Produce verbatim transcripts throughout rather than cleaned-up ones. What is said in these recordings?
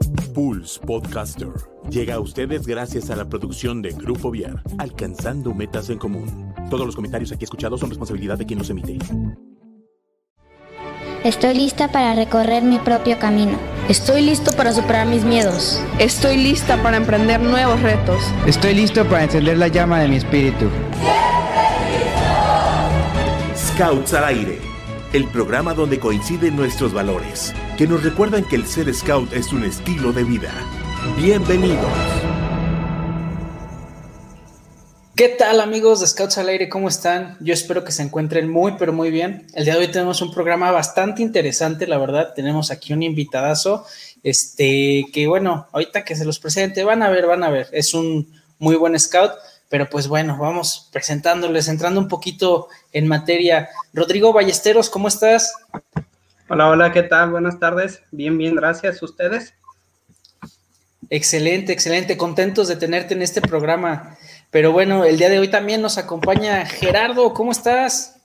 Pulse Podcaster llega a ustedes gracias a la producción de Grupo Viar, alcanzando metas en común. Todos los comentarios aquí escuchados son responsabilidad de quien los emite. Estoy lista para recorrer mi propio camino. Estoy listo para superar mis miedos. Estoy lista para emprender nuevos retos. Estoy listo para encender la llama de mi espíritu. Scouts al aire, el programa donde coinciden nuestros valores, que nos recuerdan que el ser scout es un estilo de vida. Bienvenidos. ¿Qué tal, amigos de Scouts al Aire? ¿Cómo están? Yo espero que se encuentren muy, pero muy bien. El día de hoy tenemos un programa bastante interesante, la verdad. Tenemos aquí un invitadazo, este, que bueno, ahorita que se los presente, van a ver, van a ver. Es un muy buen scout, pero pues bueno, vamos presentándoles, entrando un poquito en materia. Rodrigo Ballesteros, ¿cómo estás? Hola, hola, ¿qué tal? Buenas tardes. Bien, bien, gracias. ¿Ustedes? Excelente, excelente. Contentos de tenerte en este programa. Pero bueno, el día de hoy también nos acompaña Gerardo. ¿Cómo estás?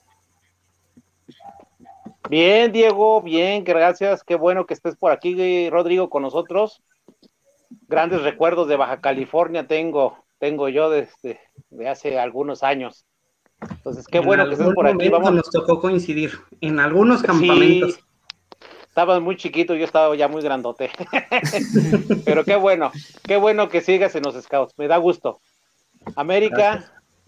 Bien, Diego, bien, gracias. Qué bueno que estés por aquí, Rodrigo, con nosotros. Grandes recuerdos de Baja California tengo, tengo yo desde de hace algunos años. Entonces, qué en bueno que estés por aquí. Vamos. Nos tocó coincidir en algunos campamentos. Sí, estabas muy chiquito, yo estaba ya muy grandote. Pero qué bueno, qué bueno que sigas en los Scouts. Me da gusto. América. Gracias.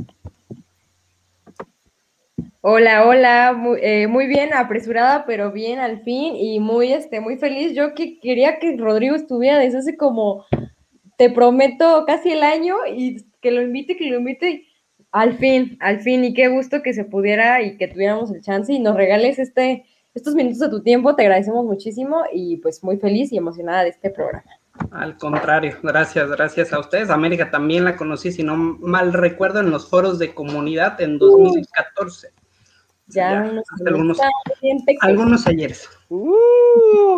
Hola, hola, muy, eh, muy bien, apresurada, pero bien al fin y muy, este, muy feliz. Yo que quería que Rodrigo estuviera desde hace como, te prometo, casi el año y que lo invite, que lo invite al fin, al fin y qué gusto que se pudiera y que tuviéramos el chance y nos regales este, estos minutos de tu tiempo. Te agradecemos muchísimo y pues muy feliz y emocionada de este programa. Al contrario, gracias, gracias a ustedes. América también la conocí, si no mal recuerdo, en los foros de comunidad en dos mil catorce. Ya, ya unos algunos, algunos ayeres. Uh.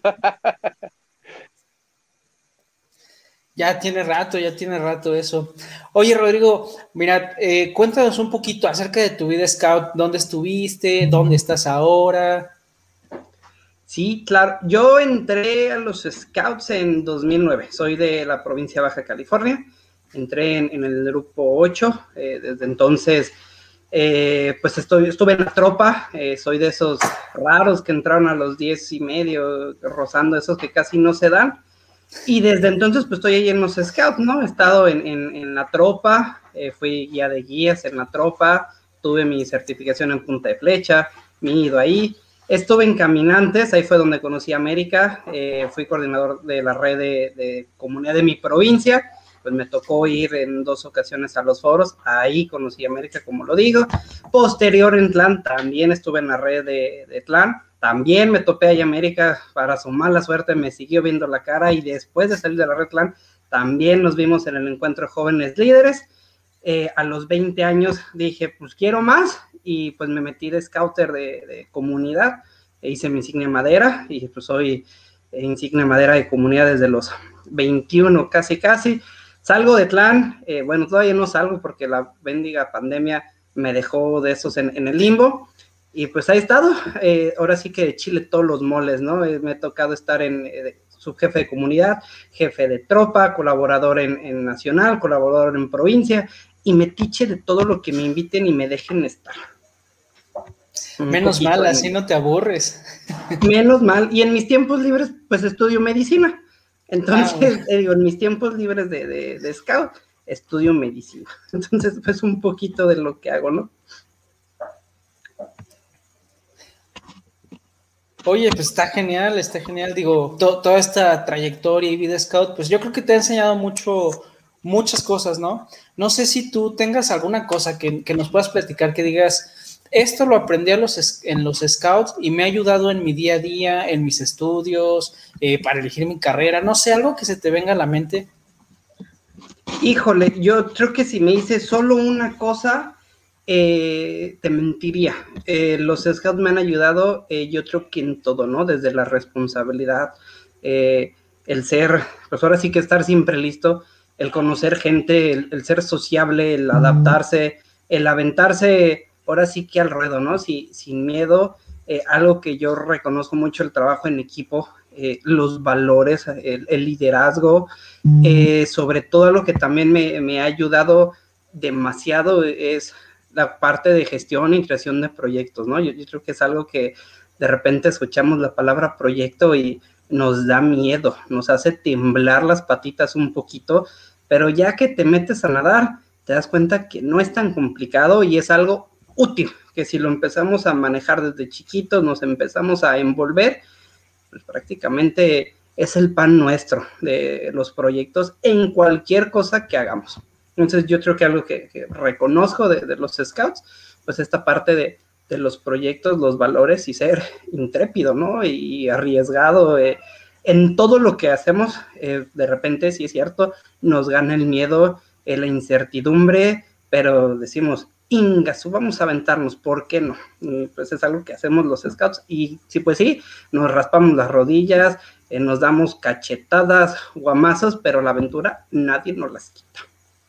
Ya tiene rato, ya tiene rato eso. Oye, Rodrigo, mira, eh, cuéntanos un poquito acerca de tu vida scout. ¿Dónde estuviste? ¿Dónde estás ahora? Sí, claro. Yo entré a los Scouts en dos mil nueve. Soy de la provincia de Baja California. Entré en, en el grupo ocho. Eh, desde entonces, eh, pues estoy, estuve en la tropa. Eh, soy de esos raros que entraron a los diez y medio, rozando esos que casi no se dan. Y desde entonces, pues estoy ahí en los Scouts, ¿no? He estado en, en, en la tropa. Eh, fui guía de guías en la tropa. Tuve mi certificación en punta de flecha. Me he ido ahí. Estuve en Caminantes, ahí fue donde conocí a América, eh, fui coordinador de la red de, de comunidad de mi provincia, pues me tocó ir en dos ocasiones a los foros, ahí conocí a América, como lo digo. Posterior en Tlán, también estuve en la red de, de Tlán, también me topé ahí a América, para su mala suerte me siguió viendo la cara, y después de salir de la red Tlán, también nos vimos en el encuentro Jóvenes Líderes. Eh, a los veinte años dije, pues quiero más, y pues me metí de scouter de, de comunidad, e hice mi insignia madera, y pues soy insignia madera de comunidad desde los veintiuno, casi casi. Salgo de Tlán, eh, bueno, todavía no salgo porque la bendiga pandemia me dejó de esos en, en el limbo, y pues ahí he estado, eh, ahora sí que de Chile todos los moles, ¿no? Eh, me ha tocado estar en... Eh, subjefe de comunidad, jefe de tropa, colaborador en, en nacional, colaborador en provincia, y metiche de todo lo que me inviten y me dejen estar. Menos mal, así no te aburres. Menos mal, y en mis tiempos libres, pues estudio medicina. Entonces, ah, eh, digo, en mis tiempos libres de, de, de scout, estudio medicina. Entonces, pues un poquito de lo que hago, ¿no? Oye, pues está genial, está genial, digo, to, toda esta trayectoria y vida scout, pues yo creo que te ha enseñado mucho, muchas cosas, ¿no? No sé si tú tengas alguna cosa que, que nos puedas platicar, que digas, esto lo aprendí a los, en los scouts y me ha ayudado en mi día a día, en mis estudios, eh, para elegir mi carrera, no sé, algo que se te venga a la mente. Híjole, yo creo que si me dices solo una cosa, Eh, te mentiría. Eh, los scouts me han ayudado, eh, yo creo que en todo, ¿no? Desde la responsabilidad, eh, el ser, pues ahora sí que estar siempre listo, el conocer gente, el, el ser sociable, el adaptarse, el aventarse, ahora sí que al ruedo, ¿no? Si, sin miedo, eh, algo que yo reconozco mucho, el trabajo en equipo, eh, los valores, el, el liderazgo, eh, sobre todo lo que también me, me ha ayudado demasiado es la parte de gestión y creación de proyectos, ¿no? Yo, yo creo que es algo que de repente escuchamos la palabra proyecto y nos da miedo, nos hace temblar las patitas un poquito, pero ya que te metes a nadar, te das cuenta que no es tan complicado y es algo útil, que si lo empezamos a manejar desde chiquitos, nos empezamos a envolver, pues prácticamente es el pan nuestro de los proyectos en cualquier cosa que hagamos. Entonces yo creo que algo que, que reconozco de, de los scouts, pues esta parte de, de los proyectos, los valores y ser intrépido, ¿no? Y arriesgado eh, en todo lo que hacemos. Eh, de repente, sí es cierto, nos gana el miedo, eh, la incertidumbre, pero decimos, ingasu, vamos a aventarnos, ¿por qué no? Y pues es algo que hacemos los scouts y sí, pues sí, nos raspamos las rodillas, eh, nos damos cachetadas, guamazos, pero la aventura nadie nos las quita.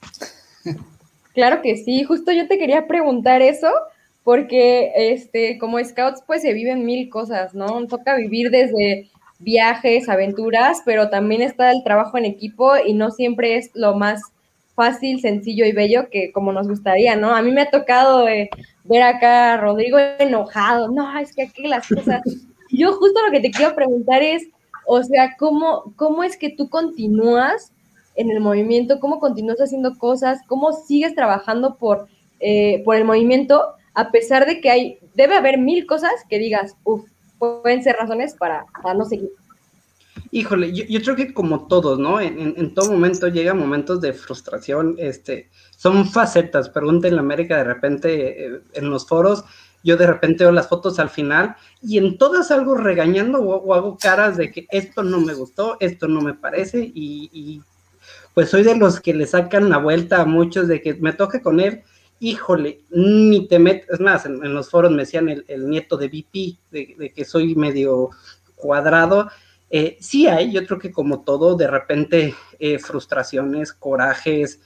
Claro que sí, justo yo te quería preguntar eso, porque este, como scouts pues se viven mil cosas, ¿no? Toca vivir desde viajes, aventuras, pero también está el trabajo en equipo y no siempre es lo más fácil, sencillo y bello que como nos gustaría, ¿no? A mí me ha tocado eh, ver acá a Rodrigo enojado, no, es que aquí las cosas... Yo justo lo que te quiero preguntar es, o sea, ¿cómo, cómo es que tú continúas en el movimiento? ¿Cómo continúas haciendo cosas? ¿Cómo sigues trabajando por, eh, por el movimiento? A pesar de que hay, debe haber mil cosas que digas, uff, pueden ser razones para, para no seguir. Híjole, yo, yo creo que como todos, ¿no? En, en, en todo momento llegan momentos de frustración, este, son facetas, pregúntenle a América de repente eh, en los foros, yo de repente veo las fotos al final y en todas salgo regañando o, o hago caras de que esto no me gustó, esto no me parece y, y pues soy de los que le sacan la vuelta a muchos de que me toque con él, híjole, ni te metes, es más, en, en los foros me decían el, el nieto de V P, de, de que soy medio cuadrado. Eh, sí hay, yo creo que como todo, de repente eh, frustraciones, corajes,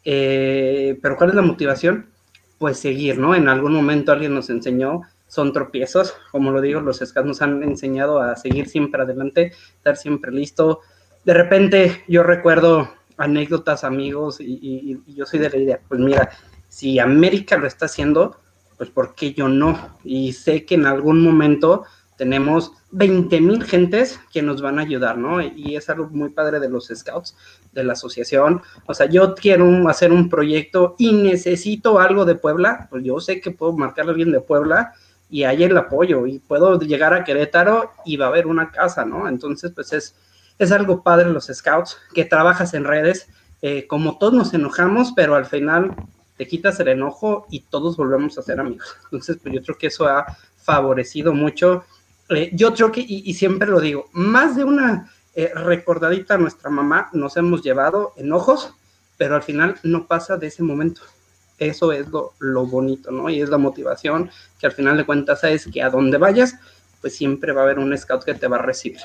eh, pero ¿cuál es la motivación? Pues seguir, ¿no? En algún momento alguien nos enseñó, son tropiezos, como lo digo, los scouts nos han enseñado a seguir siempre adelante, estar siempre listo. De repente yo recuerdo anécdotas, amigos, y, y, y yo soy de la idea, pues mira, si América lo está haciendo, pues ¿por qué yo no? Y sé que en algún momento tenemos veinte mil gentes que nos van a ayudar, ¿no? Y es algo muy padre de los scouts, de la asociación. O sea, yo quiero hacer un proyecto y necesito algo de Puebla, pues yo sé que puedo marcar a alguien de Puebla y hay el apoyo, y puedo llegar a Querétaro y va a haber una casa, ¿no? Entonces, pues es, es algo padre los scouts, que trabajas en redes, eh, como todos nos enojamos, pero al final te quitas el enojo y todos volvemos a ser amigos. Entonces, pues yo creo que eso ha favorecido mucho. Eh, yo creo que, y, y siempre lo digo, más de una eh, recordadita a nuestra mamá nos hemos llevado enojos, pero al final no pasa de ese momento. Eso es lo, lo bonito, ¿no? Y es la motivación, que al final de cuentas es que a donde vayas, pues siempre va a haber un scout que te va a recibir.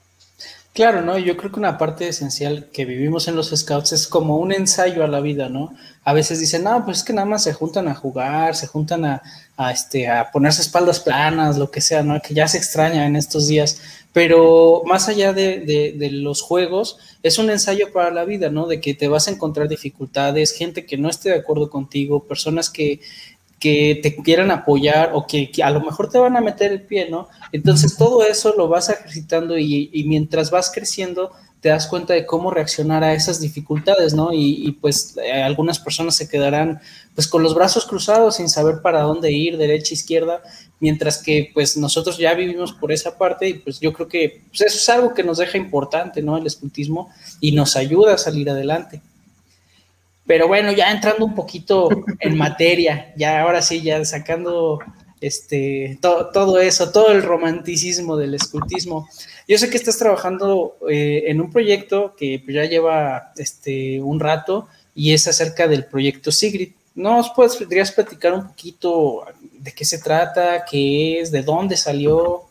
Claro, ¿no? Yo creo que una parte esencial que vivimos en los scouts es como un ensayo a la vida, ¿no? A veces dicen, no, pues es que nada más se juntan a jugar, se juntan a, a, este, a ponerse espaldas planas, lo que sea, ¿no? Que ya se extraña en estos días, pero más allá de, de, de los juegos, es un ensayo para la vida, ¿no? De que te vas a encontrar dificultades, gente que no esté de acuerdo contigo, personas que que te quieran apoyar o que, que a lo mejor te van a meter el pie, ¿no? Entonces todo eso lo vas ejercitando y, y mientras vas creciendo te das cuenta de cómo reaccionar a esas dificultades, ¿no? Y, y pues eh, algunas personas se quedarán pues con los brazos cruzados sin saber para dónde ir, derecha, izquierda, mientras que pues nosotros ya vivimos por esa parte y pues yo creo que pues, eso es algo que nos deja importante, ¿no? El escultismo y nos ayuda a salir adelante. Pero bueno, ya entrando un poquito en materia, ya ahora sí, ya sacando este, to, todo eso, todo el romanticismo del escultismo. Yo sé que estás trabajando eh, en un proyecto que ya lleva este, un rato y es acerca del proyecto Sigrid. ¿Nos podrías platicar un poquito de qué se trata, qué es, de dónde salió?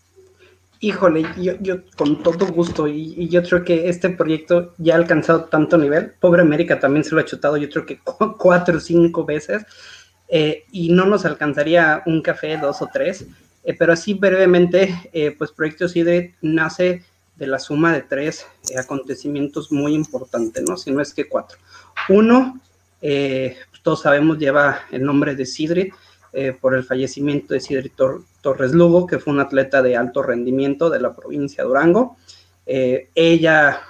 Híjole, yo, yo con todo gusto, y, y yo creo que este proyecto ya ha alcanzado tanto nivel, pobre América también se lo ha chutado, yo creo que cu- cuatro o cinco veces, eh, y no nos alcanzaría un café, dos o tres, eh, pero así brevemente, eh, pues Proyecto Sigrid nace de la suma de tres eh, acontecimientos muy importantes, ¿no? Si no es que cuatro. Uno, eh, todos sabemos, lleva el nombre de Sidrit, eh, por el fallecimiento de Sidrit Tor- Torres Lugo, que fue una atleta de alto rendimiento de la provincia de Durango. Eh, ella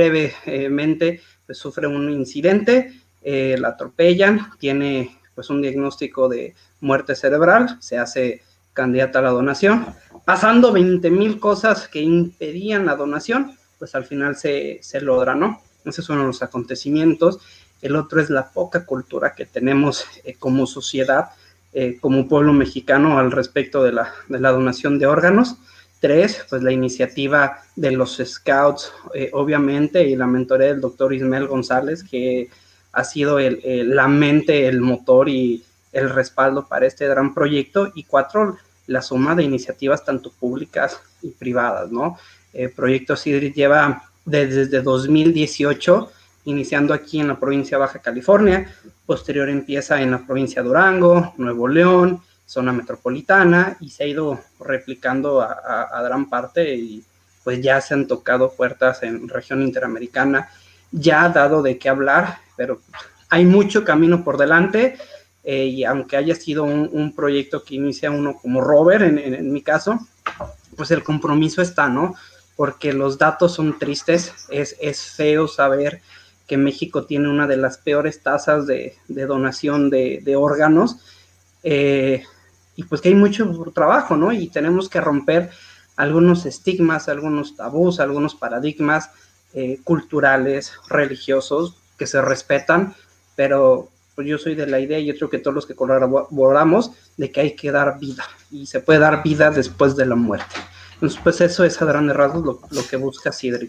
brevemente pues, sufre un incidente, eh, la atropellan, tiene pues un diagnóstico de muerte cerebral, se hace candidata a la donación, pasando veinte mil cosas que impedían la donación, pues al final se, se logra, ¿no? Ese es uno de los acontecimientos. El otro es la poca cultura que tenemos eh, como sociedad, eh, como pueblo mexicano al respecto de la, de la donación de órganos. Tres, pues la iniciativa de los scouts, eh, obviamente, y la mentoría del doctor Ismael González, que ha sido el, el, la mente, el motor y el respaldo para este gran proyecto. Y cuatro, la suma de iniciativas tanto públicas y privadas, ¿no? El Proyecto Sidrit lleva desde, desde dos mil dieciocho, iniciando aquí en la provincia de Baja California, posterior empieza en la provincia de Durango, Nuevo León, zona metropolitana, y se ha ido replicando a, a, a gran parte, y pues ya se han tocado puertas en región interamericana, ya ha dado de qué hablar, pero hay mucho camino por delante, eh, y aunque haya sido un, un proyecto que inicia uno como rover, en, en, en mi caso, pues el compromiso está, ¿no? Porque los datos son tristes, es, es feo saber que México tiene una de las peores tasas de, de donación de, de órganos, eh, y pues que hay mucho trabajo, ¿no? Y tenemos que romper algunos estigmas, algunos tabús, algunos paradigmas eh, culturales, religiosos, que se respetan, pero pues yo soy de la idea, y yo creo que todos los que colaboramos, de que hay que dar vida, y se puede dar vida después de la muerte. Entonces, pues eso es a grandes rasgos lo, lo que busca Sidrit.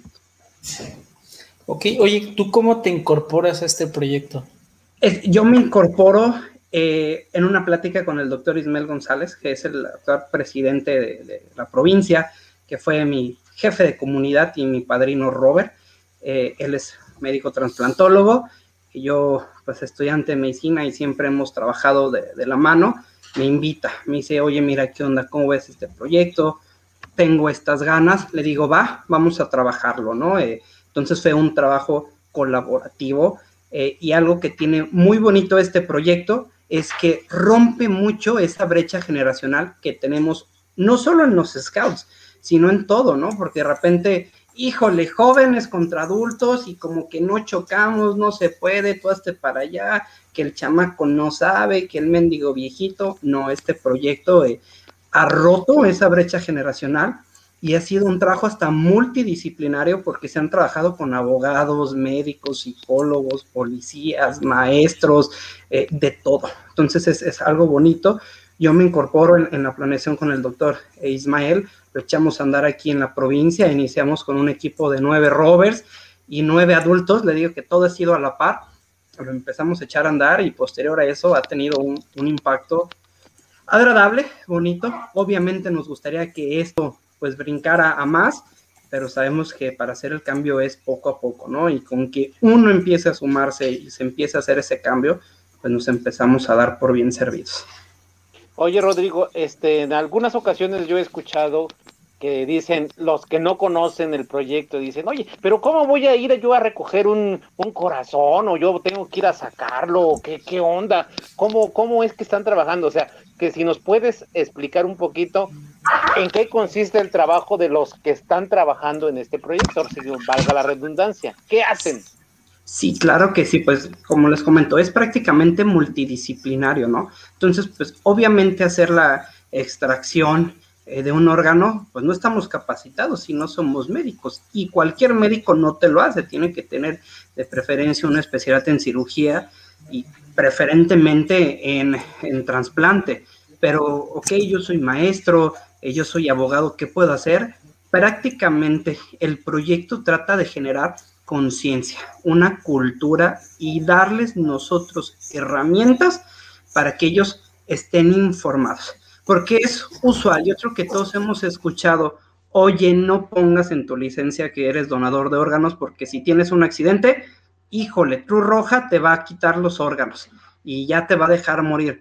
Ok, oye, ¿tú cómo te incorporas a este proyecto? Es, yo me incorporo eh, en una plática con el doctor Ismael González, que es el actual presidente de, de la provincia, que fue mi jefe de comunidad y mi padrino Robert. Eh, él es médico trasplantólogo, y yo, pues, estudiante de medicina, y siempre hemos trabajado de, de la mano. Me invita, me dice, oye, mira, ¿qué onda? ¿Cómo ves este proyecto? Tengo estas ganas. Le digo, va, vamos a trabajarlo, ¿no? Eh, entonces fue un trabajo colaborativo, eh, y algo que tiene muy bonito este proyecto es que rompe mucho esa brecha generacional que tenemos, no solo en los scouts, sino en todo, ¿no? Porque de repente, híjole, jóvenes contra adultos, y como que no chocamos, no se puede, tú hazte para allá, que el chamaco no sabe, que el mendigo viejito. No, este proyecto eh, ha roto esa brecha generacional, y ha sido un trabajo hasta multidisciplinario, porque se han trabajado con abogados, médicos, psicólogos, policías, maestros, eh, de todo. Entonces es, es algo bonito. Yo me incorporo en, en la planeación con el doctor Ismael, lo echamos a andar aquí en la provincia, iniciamos con un equipo de nueve rovers y nueve adultos. Le digo que todo ha sido a la par, lo empezamos a echar a andar, y posterior a eso ha tenido un, un impacto agradable, bonito. Obviamente nos gustaría que esto pues brincara a más, pero sabemos que para hacer el cambio es poco a poco, ¿no? Y con que uno empiece a sumarse y se empiece a hacer ese cambio, pues nos empezamos a dar por bien servidos. Oye, Rodrigo, este, en algunas ocasiones yo he escuchado que dicen, los que no conocen el proyecto, dicen, oye, pero ¿cómo voy a ir yo a recoger un, un corazón? O yo tengo que ir a sacarlo, ¿qué, qué onda? ¿Cómo, ¿Cómo es que están trabajando? O sea, que si nos puedes explicar un poquito en qué consiste el trabajo de los que están trabajando en este proyecto, si valga la redundancia. ¿Qué hacen? Sí, claro que sí, pues como les comento, es prácticamente multidisciplinario, ¿no? Entonces, pues obviamente hacer la extracción eh, de un órgano, pues no estamos capacitados si no somos médicos, y cualquier médico no te lo hace, tiene que tener de preferencia una especialidad en cirugía y preferentemente en, en trasplante. Pero, ok, yo soy maestro, eh, yo soy abogado, ¿qué puedo hacer? Prácticamente el proyecto trata de generar conciencia, una cultura, y darles nosotros herramientas para que ellos estén informados, porque es usual. Yo creo que todos hemos escuchado, oye, no pongas en tu licencia que eres donador de órganos, porque si tienes un accidente, híjole, Cruz Roja te va a quitar los órganos y ya te va a dejar morir.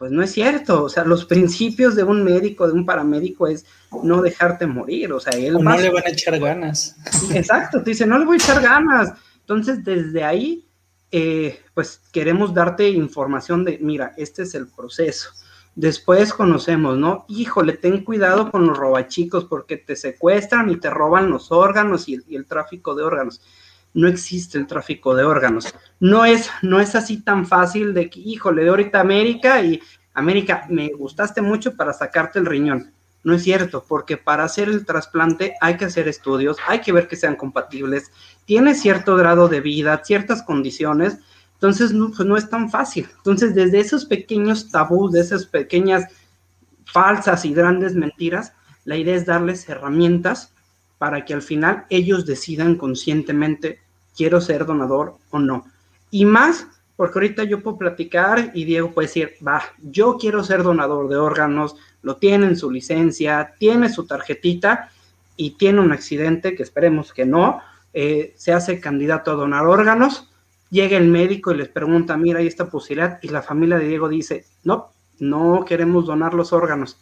pues no es cierto. O sea, los principios de un médico, de un paramédico es no dejarte morir. O sea, él o va no le van a echar ganas. Exacto, te dice, no le voy a echar ganas. Entonces, desde ahí, eh, pues queremos darte información de, mira, este es el proceso. Después conocemos, ¿no? Híjole, ten cuidado con los robachicos porque te secuestran y te roban los órganos y, y el tráfico de órganos. No existe el tráfico de órganos. No es, no es así tan fácil de que, híjole, de ahorita América y América, me gustaste mucho para sacarte el riñón. No es cierto, porque para hacer el trasplante hay que hacer estudios, hay que ver que sean compatibles, tiene cierto grado de vida, ciertas condiciones. Entonces, no, pues no es tan fácil. Entonces, desde esos pequeños tabús, de esas pequeñas falsas y grandes mentiras, la idea es darles herramientas para que al final ellos decidan conscientemente, quiero ser donador o no. Y más, porque ahorita yo puedo platicar y Diego puede decir, va, yo quiero ser donador de órganos, lo tiene en su licencia, tiene su tarjetita y tiene un accidente, que esperemos que no, eh, se hace candidato a donar órganos. Llega el médico y les pregunta, mira, hay esta posibilidad, y la familia de Diego dice, no, no queremos donar los órganos.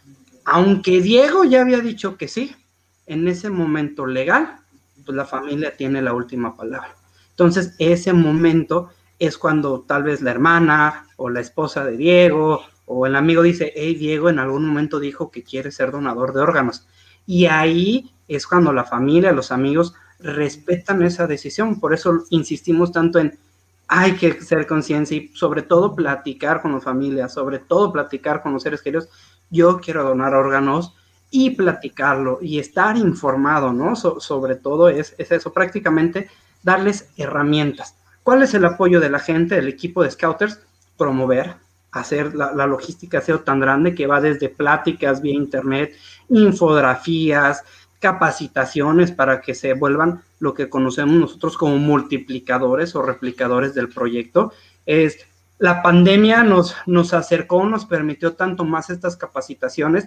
Aunque Diego ya había dicho que sí, en ese momento legal, pues la familia tiene la última palabra. Entonces, ese momento es cuando tal vez la hermana o la esposa de Diego o el amigo dice, hey, Diego en algún momento dijo que quiere ser donador de órganos. Y ahí es cuando la familia, los amigos, respetan esa decisión. Por eso insistimos tanto en hay que ser conciencia y sobre todo platicar con la familia, sobre todo platicar con los seres queridos. Yo quiero donar órganos y platicarlo y estar informado, ¿no? So, sobre todo es, es eso, prácticamente darles herramientas. ¿Cuál es el apoyo de la gente, del equipo de Scouters? Promover, hacer la, la logística ha sido tan grande que va desde pláticas vía internet, infografías, capacitaciones para que se vuelvan lo que conocemos nosotros como multiplicadores o replicadores del proyecto. Es, la pandemia nos, nos acercó, nos permitió tanto más estas capacitaciones.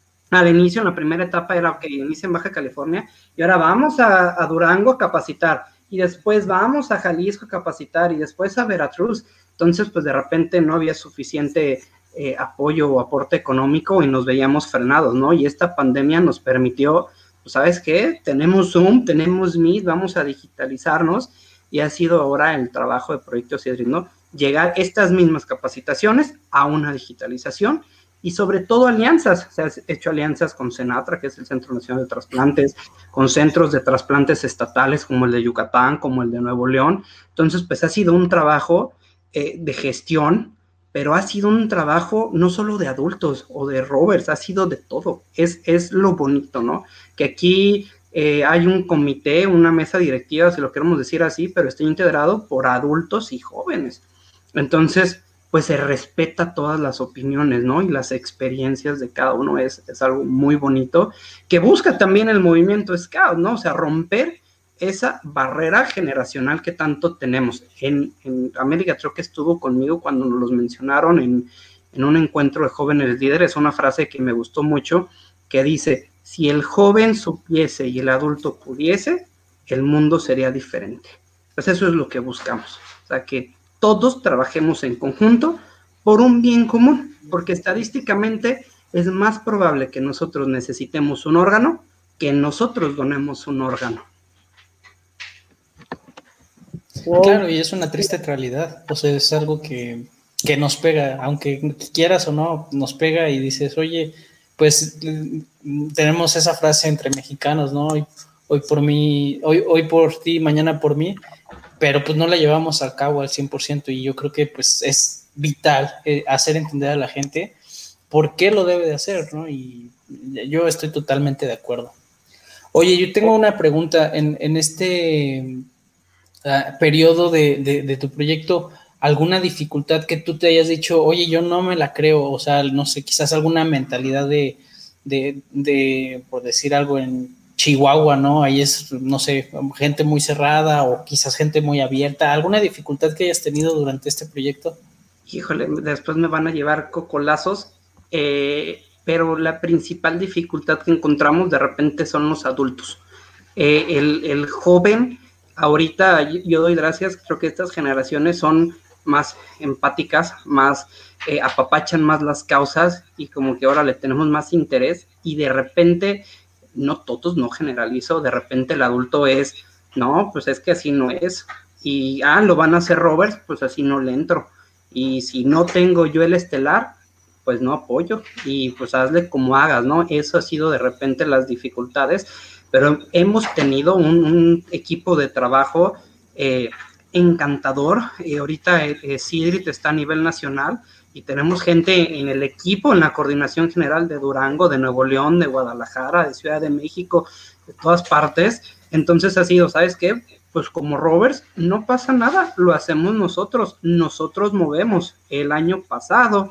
Al inicio, en la primera etapa era que inicia en Baja California y ahora vamos a, a Durango a capacitar y después vamos a Jalisco a capacitar y después a Veracruz. Entonces, pues de repente no había suficiente eh, apoyo o aporte económico y nos veíamos frenados, ¿no? Y esta pandemia nos permitió, pues, ¿sabes qué? Tenemos Zoom, tenemos Meet, vamos a digitalizarnos y ha sido ahora el trabajo de Proyecto Cedric, ¿no? Llegar estas mismas capacitaciones a una digitalización y sobre todo alianzas. Se han hecho alianzas con Senatra, que es el Centro Nacional de Trasplantes, con centros de trasplantes estatales como el de Yucatán, como el de Nuevo León. Entonces, pues ha sido un trabajo eh, de gestión, pero ha sido un trabajo no solo de adultos o de rovers, ha sido de todo. Es, es lo bonito, ¿no? Que aquí eh, hay un comité, una mesa directiva, si lo queremos decir así, pero está integrado por adultos y jóvenes. Entonces, pues se respeta todas las opiniones, ¿no? Y las experiencias de cada uno es, es algo muy bonito, que busca también el movimiento Scout, ¿no? O sea, romper esa barrera generacional que tanto tenemos. En, en América creo que estuvo conmigo cuando nos los mencionaron en, en un encuentro de jóvenes líderes, una frase que me gustó mucho, que dice, si el joven supiese y el adulto pudiese, el mundo sería diferente. Pues eso es lo que buscamos, o sea, que todos trabajemos en conjunto por un bien común, porque estadísticamente es más probable que nosotros necesitemos un órgano que nosotros donemos un órgano. Claro, y es una triste realidad, o sea, es algo que, que nos pega, aunque quieras o no, nos pega y dices, oye, pues tenemos esa frase entre mexicanos, ¿no? Hoy, hoy por mí, hoy, hoy por ti, mañana por mí, pero pues no la llevamos a cabo al cien por ciento y yo creo que pues es vital eh, hacer entender a la gente por qué lo debe de hacer, ¿no? Y yo estoy totalmente de acuerdo. Oye, yo tengo una pregunta, en, en este uh, periodo de, de, de tu proyecto, ¿alguna dificultad que tú te hayas dicho, oye, yo no me la creo? O sea, no sé, quizás alguna mentalidad de, de, de por decir algo en Chihuahua, ¿no? Ahí es, no sé, gente muy cerrada o quizás gente muy abierta. ¿Alguna dificultad que hayas tenido durante este proyecto? Híjole, después me van a llevar cocolazos, eh, pero la principal dificultad que encontramos de repente son los adultos. Eh, el, el joven, ahorita yo doy gracias, creo que estas generaciones son más empáticas, más eh, apapachan más las causas y como que ahora le tenemos más interés y de repente, no todos, no generalizo, de repente el adulto es, no, pues es que así no es y, ah, lo van a hacer Roberts, pues así no le entro y si no tengo yo el estelar, pues no apoyo y pues hazle como hagas, ¿no? Eso ha sido de repente las dificultades, pero hemos tenido un, un equipo de trabajo eh, encantador. Eh, ahorita eh, Sidrit está a nivel nacional y tenemos gente en el equipo, en la coordinación general de Durango, de Nuevo León, de Guadalajara, de Ciudad de México, de todas partes. Entonces ha sido, ¿sabes qué? Pues como Roberts, no pasa nada, lo hacemos nosotros, nosotros movemos. El año pasado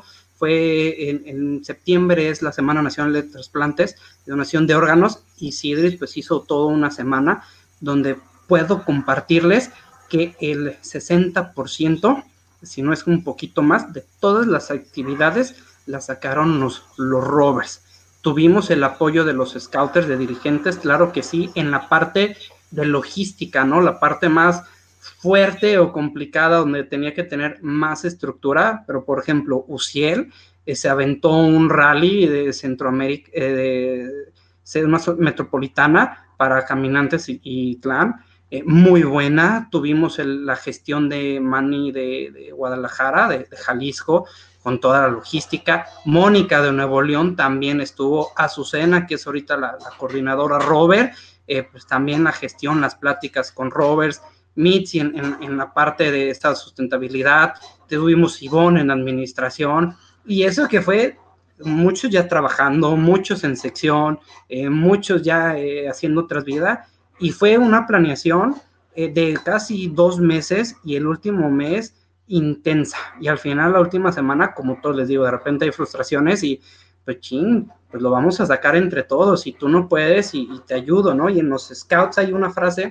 fue en, en septiembre, es la Semana Nacional de Trasplantes, de donación de órganos, y Sidrit pues hizo toda una semana donde puedo compartirles que el sesenta por ciento, si no es un poquito más, de todas las actividades las sacaron los, los Roberts. Tuvimos el apoyo de los scouters, de dirigentes, claro que sí, en la parte de logística, ¿no? La parte más fuerte o complicada, donde tenía que tener más estructura, pero por ejemplo, Uciel eh, se aventó un rally de Centroamérica, eh, de una metropolitana para caminantes y, y clan, eh, muy buena. Tuvimos el, la gestión de Manny de, de Guadalajara, de, de Jalisco, con toda la logística. Mónica de Nuevo León también estuvo. Azucena, que es ahorita la, la coordinadora Robert, eh, pues también la gestión, las pláticas con Roberts. Mitzi en, en, en la parte de esta sustentabilidad, tuvimos Ivonne en administración, y eso que fue muchos ya trabajando, muchos en sección, eh, muchos ya eh, haciendo otras vidas, y fue una planeación eh, de casi dos meses, y el último mes intensa, y al final la última semana, como todos les digo, de repente hay frustraciones, y pues ching, pues lo vamos a sacar entre todos, y tú no puedes, y, y te ayudo, ¿no? Y en los scouts hay una frase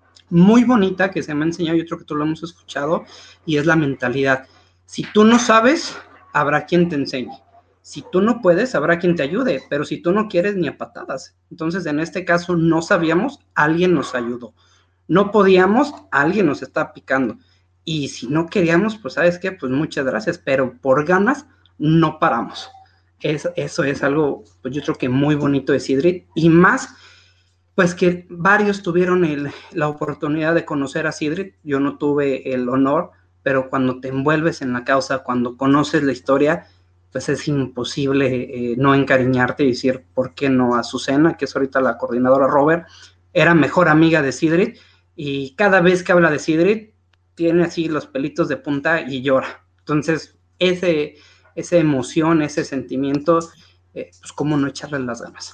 muy bonita que se me ha enseñado, yo creo que tú lo hemos escuchado, y es la mentalidad. Si tú no sabes, habrá quien te enseñe. Si tú no puedes, habrá quien te ayude, pero si tú no quieres, ni a patadas. Entonces, en este caso, no sabíamos, alguien nos ayudó. No podíamos, alguien nos está picando. Y si no queríamos, pues, ¿sabes qué? Pues muchas gracias, pero por ganas no paramos. Eso, eso es algo, pues yo creo que muy bonito de Sidrit, y más pues que varios tuvieron el, la oportunidad de conocer a Sidrit. Yo no tuve el honor, pero cuando te envuelves en la causa, cuando conoces la historia, pues es imposible eh, no encariñarte y decir, ¿por qué no? Azucena, que es ahorita la coordinadora Robert, era mejor amiga de Sidrit, y cada vez que habla de Sidrit, tiene así los pelitos de punta y llora. Entonces, ese, esa emoción, ese sentimiento, eh, pues cómo no echarle las ganas.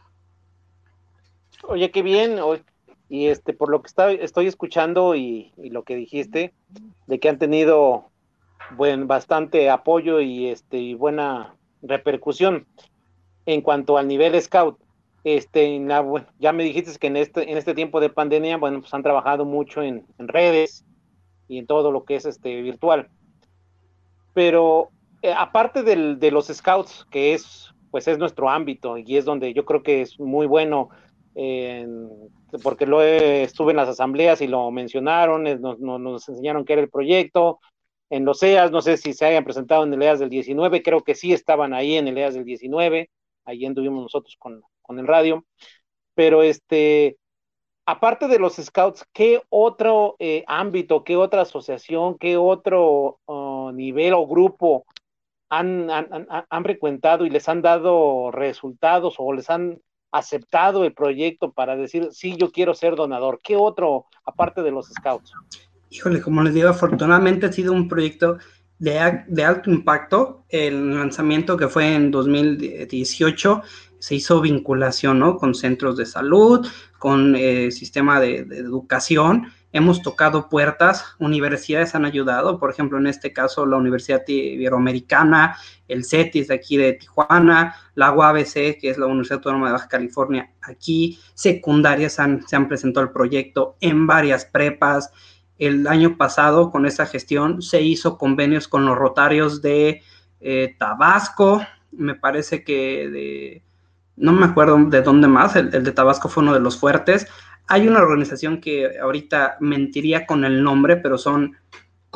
Oye, qué bien, y este, por lo que está, estoy escuchando y, y lo que dijiste, de que han tenido buen, bastante apoyo y, este, y buena repercusión en cuanto al nivel scout. Este, en la, bueno, ya me dijiste que en este, en este tiempo de pandemia, bueno, pues han trabajado mucho en, en redes y en todo lo que es este virtual. Pero eh, aparte del, de los scouts, que es, pues es nuestro ámbito y es donde yo creo que es muy bueno. En, porque lo he, estuve en las asambleas y lo mencionaron, nos, nos, nos enseñaron qué era el proyecto, en los E A S, no sé si se hayan presentado en el E A S del diecinueve, creo que sí estaban ahí en el E A S del diecinueve, ahí anduvimos nosotros con, con el radio, pero este, aparte de los scouts, ¿qué otro eh, ámbito, qué otra asociación, qué otro uh, nivel o grupo han, han, han, han frecuentado y les han dado resultados o les han aceptado el proyecto para decir, sí, yo quiero ser donador? ¿Qué otro, aparte de los scouts? Híjole, como les digo, afortunadamente ha sido un proyecto de, de alto impacto. El lanzamiento que fue en dos mil dieciocho se hizo vinculación, ¿no? Con centros de salud, con eh, sistema de, de educación. Hemos tocado puertas, universidades han ayudado, por ejemplo, en este caso la Universidad Iberoamericana, el CETIS de aquí de Tijuana, la U A B C, que es la Universidad Autónoma de Baja California, aquí, secundarias han, se han presentado el proyecto en varias prepas. El año pasado, con esa gestión, se hizo convenios con los rotarios de eh, Tabasco, me parece que de, no me acuerdo de dónde más, el, el de Tabasco fue uno de los fuertes. Hay una organización que ahorita mentiría con el nombre, pero son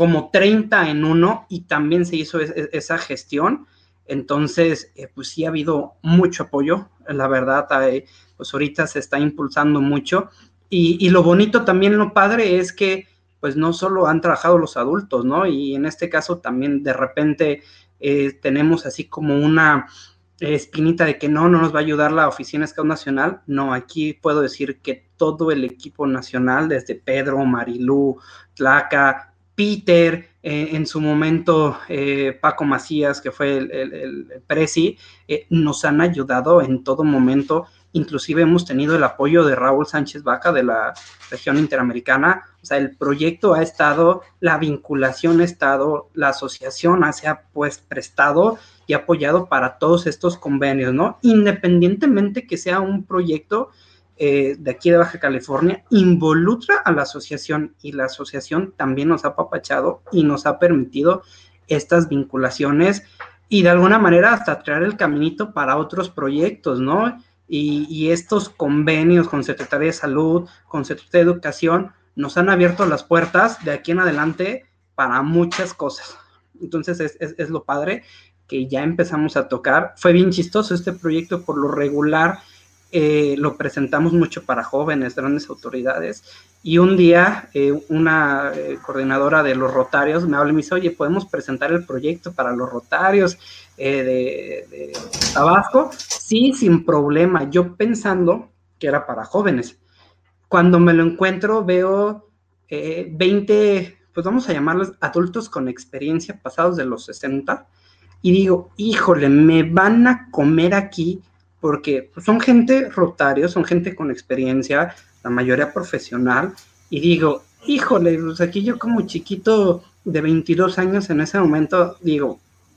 como treinta en uno y también se hizo es, esa gestión. Entonces, eh, pues sí ha habido mucho apoyo, la verdad, eh, pues ahorita se está impulsando mucho y, y lo bonito también, lo padre es que pues no solo han trabajado los adultos, ¿no? Y en este caso también de repente eh, tenemos así como una espinita de que no, no nos va a ayudar la Oficina Scout Nacional. No, aquí puedo decir que todo el equipo nacional, desde Pedro, Marilú, Tlaca, Peter, eh, en su momento eh, Paco Macías, que fue el, el, el presi, eh, nos han ayudado en todo momento. Inclusive hemos tenido el apoyo de Raúl Sánchez Vaca de la región interamericana. O sea, el proyecto ha estado, la vinculación ha estado, la asociación se ha pues prestado y apoyado para todos estos convenios, ¿no? Independientemente que sea un proyecto eh, de aquí de Baja California, involucra a la asociación y la asociación también nos ha apapachado y nos ha permitido estas vinculaciones y de alguna manera hasta traer el caminito para otros proyectos, ¿no? Y, y estos convenios con Secretaría de Salud, con Secretaría de Educación, nos han abierto las puertas de aquí en adelante para muchas cosas. Entonces es, es, es lo padre que ya empezamos a tocar. Fue bien chistoso este proyecto, por lo regular eh, lo presentamos mucho para jóvenes, grandes autoridades, y un día eh, una eh, coordinadora de los Rotarios me habla y me dice, oye, ¿podemos presentar el proyecto para los Rotarios eh, de, de Tabasco? Sí, sin problema, yo pensando que era para jóvenes. Cuando me lo encuentro veo eh, veinte, pues vamos a llamarlos adultos con experiencia pasados de los sesenta, y digo, híjole, me van a comer aquí, porque pues, son gente rotarios, son gente con experiencia, la mayoría profesional, y digo, híjole, pues aquí yo como chiquito de veintidós años en ese momento, digo,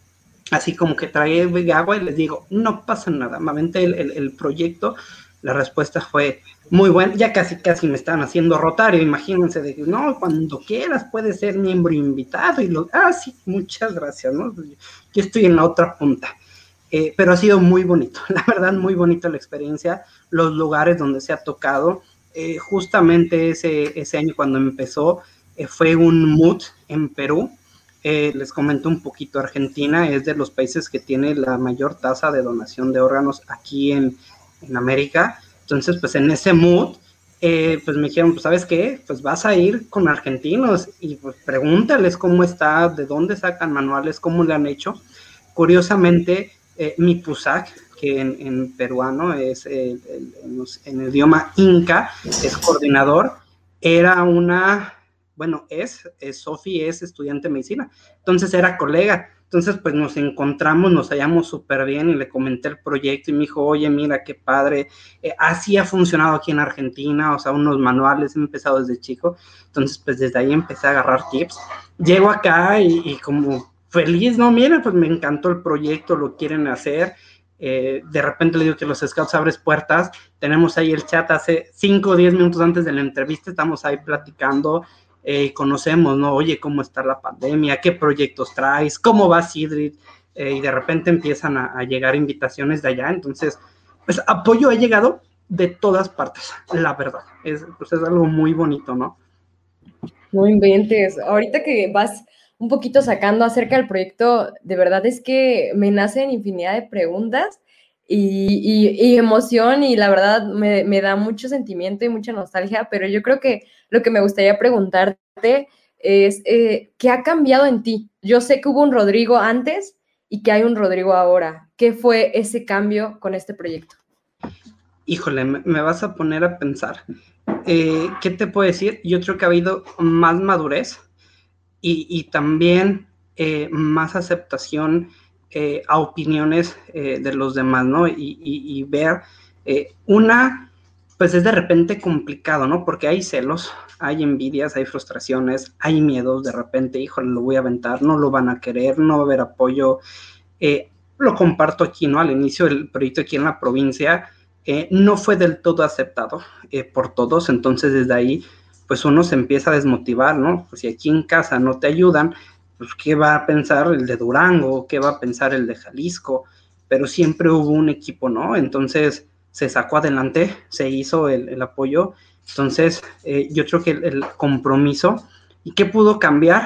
así como que trae agua y les digo, no pasa nada, me aventé el, el, el proyecto. La respuesta fue muy buena, ya casi casi me estaban haciendo rotario, imagínense, de que no, cuando quieras puedes ser miembro invitado, y lo, ah, sí, muchas gracias, ¿no? Yo estoy en la otra punta, eh, pero ha sido muy bonito, la verdad, muy bonita la experiencia, los lugares donde se ha tocado, eh, justamente ese, ese año cuando empezó, eh, fue un M U T en Perú, eh, les comento un poquito, Argentina es de los países que tiene la mayor tasa de donación de órganos aquí en en América. Entonces, pues en ese mood, eh, pues me dijeron, pues ¿sabes qué? Pues vas a ir con argentinos y pues pregúntales cómo está, de dónde sacan manuales, cómo le han hecho. Curiosamente, eh, mi Pusac, que en, en peruano es el, el, en, en el idioma inca, es coordinador, era una, bueno, es, es Sofi es estudiante de medicina, entonces era colega. Entonces, pues nos encontramos, nos hallamos súper bien y le comenté el proyecto y me dijo, oye, mira, qué padre, eh, así ha funcionado aquí en Argentina, o sea, unos manuales, he empezado desde chico. Entonces, pues desde ahí empecé a agarrar tips. Llego acá y, y como feliz, no, mira, pues me encantó el proyecto, lo quieren hacer. Eh, de repente le digo que los Scouts abres puertas, tenemos ahí el chat hace cinco o diez minutos antes de la entrevista, estamos ahí platicando. Eh, conocemos, ¿no? Oye, ¿cómo está la pandemia? ¿Qué proyectos traes? ¿Cómo va Sidrid? Eh, y de repente empiezan a, a llegar invitaciones de allá. Entonces, pues apoyo ha llegado de todas partes, la verdad. Es, pues, es algo muy bonito, ¿no? No inventes. Ahorita que vas un poquito sacando acerca del proyecto, de verdad es que me nacen infinidad de preguntas y, y, y emoción, y la verdad me, me da mucho sentimiento y mucha nostalgia, pero yo creo que lo que me gustaría preguntarte es, eh, ¿qué ha cambiado en ti? Yo sé que hubo un Rodrigo antes y que hay un Rodrigo ahora. ¿Qué fue ese cambio con este proyecto? Híjole, me, me vas a poner a pensar. Eh, ¿Qué te puedo decir? Yo creo que ha habido más madurez y, y también eh, más aceptación eh, a opiniones eh, de los demás, ¿no? Y, y, y ver eh, una, pues es de repente complicado, ¿no? Porque hay celos, hay envidias, hay frustraciones, hay miedos, de repente, híjole, lo voy a aventar, no lo van a querer, no va a haber apoyo. Eh, lo comparto aquí, ¿no? Al inicio del proyecto aquí en la provincia, eh, no fue del todo aceptado eh, por todos, entonces desde ahí, pues uno se empieza a desmotivar, ¿no? Pues si aquí en casa no te ayudan, pues ¿qué va a pensar el de Durango? ¿Qué va a pensar el de Jalisco? Pero siempre hubo un equipo, ¿no? Entonces se sacó adelante, se hizo el, el apoyo. Entonces, eh, yo creo que el, el compromiso, ¿y qué pudo cambiar?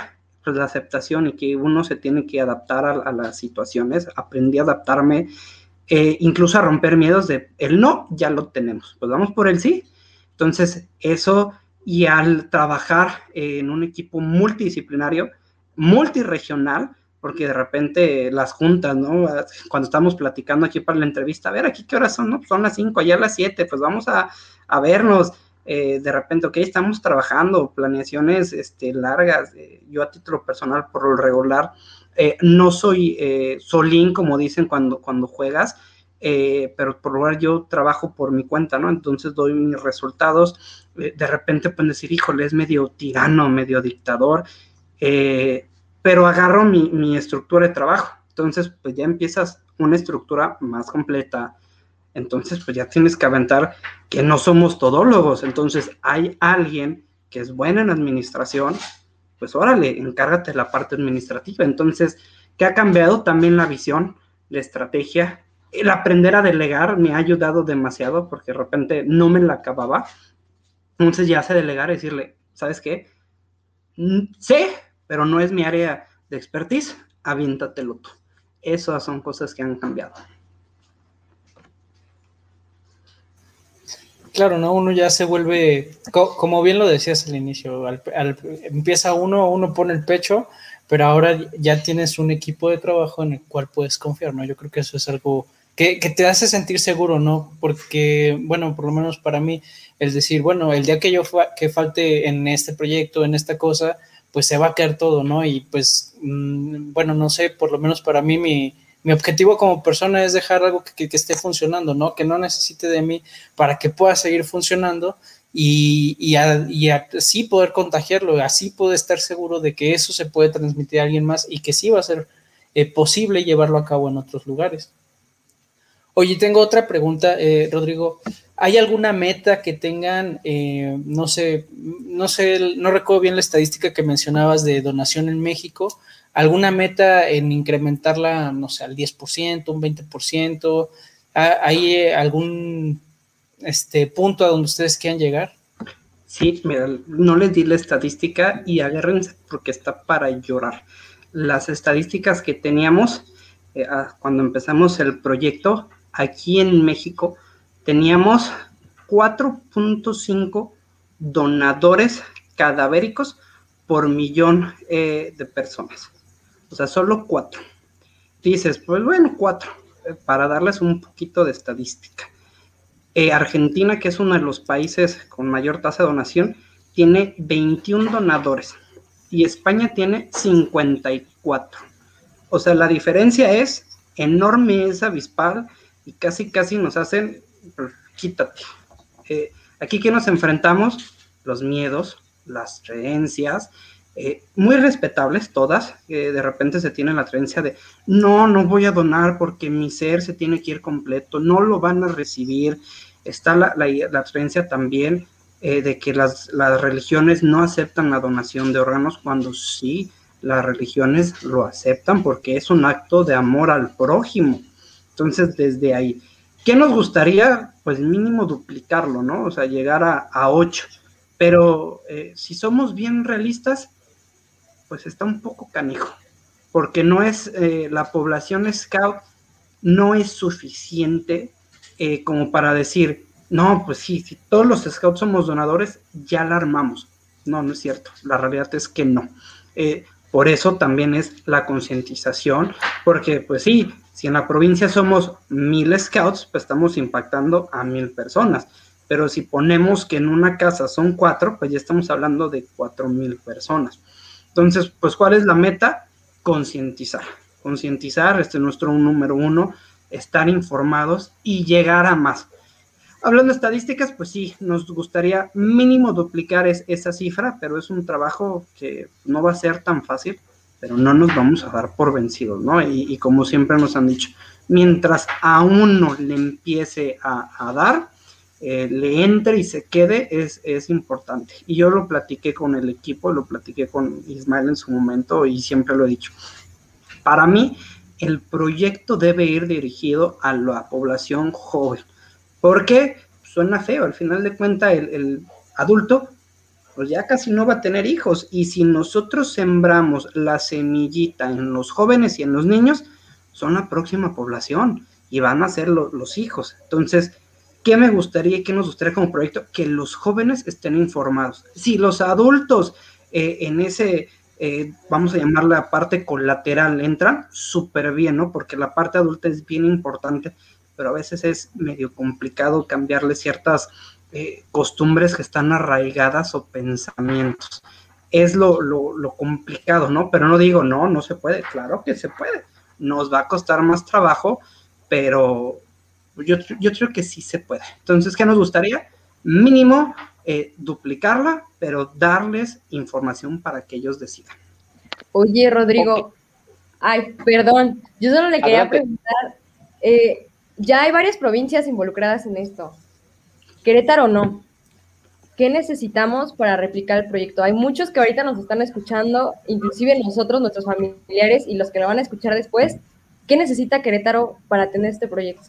pues la aceptación y que uno se tiene que adaptar a, a las situaciones. Aprendí a adaptarme, eh, incluso a romper miedos de el no, ya lo tenemos, pues vamos por el sí. Entonces eso, y al trabajar en un equipo multidisciplinario, multirregional, porque de repente las juntas, ¿no? Cuando estamos platicando aquí para la entrevista, a ver, aquí qué horas son, ¿no? Son las cinco, allá las siete, pues vamos a, a vernos. Eh, de repente, ok, estamos trabajando, planeaciones este, largas. Eh, yo a título personal, por lo regular, eh, no soy eh, solín, como dicen cuando, cuando juegas, eh, pero por lo regular yo trabajo por mi cuenta, ¿no? Entonces doy mis resultados. Eh, de repente pueden decir, híjole, es medio tirano, medio dictador, eh, pero agarro mi, mi estructura de trabajo. Entonces, pues ya empiezas una estructura más completa. Entonces, pues ya tienes que aventar que no somos todólogos. Entonces, hay alguien que es bueno en administración, pues órale, encárgate de la parte administrativa. Entonces, ¿qué ha cambiado? También la visión, la estrategia, el aprender a delegar me ha ayudado demasiado porque de repente no me la acababa. Entonces, ya sé delegar y decirle, ¿sabes qué? Sé, pero no es mi área de expertise, aviéntatelo tú. Esas son cosas que han cambiado. Claro, ¿no? Uno ya se vuelve, co- como bien lo decías al inicio, al, al, empieza uno, uno pone el pecho, pero ahora ya tienes un equipo de trabajo en el cual puedes confiar, ¿no? Yo creo que eso es algo que, que te hace sentir seguro, ¿no? Porque, bueno, por lo menos para mí, el decir, bueno, el día que yo fa- que falte en este proyecto, en esta cosa, pues se va a caer todo, ¿no? Y pues, mmm, bueno, no sé, por lo menos para mí mi... Mi objetivo como persona es dejar algo que, que, que esté funcionando, ¿no? Que no necesite de mí para que pueda seguir funcionando y, y, a, y así poder contagiarlo, así poder estar seguro de que eso se puede transmitir a alguien más y que sí va a ser eh, posible llevarlo a cabo en otros lugares. Oye, tengo otra pregunta, eh, Rodrigo. ¿Hay alguna meta que tengan, eh, no sé, no sé, no recuerdo bien la estadística que mencionabas de donación en México? ¿Alguna meta en incrementarla, no sé, al diez por ciento, un veinte por ciento? ¿Hay algún este, punto a donde ustedes quieran llegar? Sí, mira, no les di la estadística y agárrense porque está para llorar. Las estadísticas que teníamos eh, cuando empezamos el proyecto, aquí en México, teníamos cuatro punto cinco donadores cadavéricos por millón eh, de personas. O sea, solo cuatro. Dices, pues bueno, cuatro, eh, para darles un poquito de estadística. Eh, Argentina, que es uno de los países con mayor tasa de donación, tiene veintiún donadores y España tiene cincuenta y cuatro. O sea, la diferencia es enorme, es abismal y casi, casi nos hacen, pues, quítate. Eh, aquí que nos enfrentamos, los miedos, las creencias, Eh, muy respetables todas, eh, de repente se tiene la creencia de no, no voy a donar porque mi ser se tiene que ir completo, no lo van a recibir. Está la, la, la creencia también eh, de que las, las religiones no aceptan la donación de órganos, cuando sí, las religiones lo aceptan porque es un acto de amor al prójimo. Entonces, desde ahí, ¿qué nos gustaría? Pues mínimo duplicarlo, ¿no? O sea, llegar a, a ocho, pero eh, si somos bien realistas, pues está un poco canijo, porque no es, eh, la población scout no es suficiente eh, como para decir, no, pues sí, si todos los scouts somos donadores, ya la armamos. No, no es cierto, la realidad es que no. Eh, por eso también es la concientización, porque pues sí, si en la provincia somos mil scouts, pues estamos impactando a mil personas, pero si ponemos que en una casa son cuatro, pues ya estamos hablando de cuatro mil personas. Entonces, pues, ¿cuál es la meta? Concientizar. Concientizar, este es nuestro número uno, estar informados y llegar a más. Hablando de estadísticas, pues sí, nos gustaría mínimo duplicar es, esa cifra, pero es un trabajo que no va a ser tan fácil, pero no nos vamos a dar por vencidos, ¿no? Y, y como siempre nos han dicho, mientras a uno le empiece a, a dar, Eh, le entre y se quede, es, es importante. Y yo lo platiqué con el equipo, lo platiqué con Ismael en su momento y siempre lo he dicho. Para mí, el proyecto debe ir dirigido a la población joven. ¿Por qué? Suena feo, al final de cuentas el, el adulto pues ya casi no va a tener hijos. Y si nosotros sembramos la semillita en los jóvenes y en los niños, son la próxima población y van a ser lo, los hijos. Entonces, ¿qué me gustaría y qué nos gustaría como proyecto? Que los jóvenes estén informados. Si los adultos eh, en ese, eh, vamos a llamar la parte colateral, entran, súper bien, ¿no? Porque la parte adulta es bien importante, pero a veces es medio complicado cambiarle ciertas eh, costumbres que están arraigadas o pensamientos. Es lo, lo, lo complicado, ¿no? Pero no digo, no, no se puede. Claro que se puede. Nos va a costar más trabajo, pero yo, yo creo que sí se puede. Entonces, ¿qué nos gustaría? Mínimo, eh, duplicarla, pero darles información para que ellos decidan. Oye, Rodrigo, okay. Ay, perdón, yo solo le quería Adelante. preguntar, eh, ya hay varias provincias involucradas en esto. Querétaro no. ¿Qué necesitamos para replicar el proyecto? Hay muchos que ahorita nos están escuchando, inclusive nosotros, nuestros familiares y los que lo van a escuchar después. ¿Qué necesita Querétaro para tener este proyecto?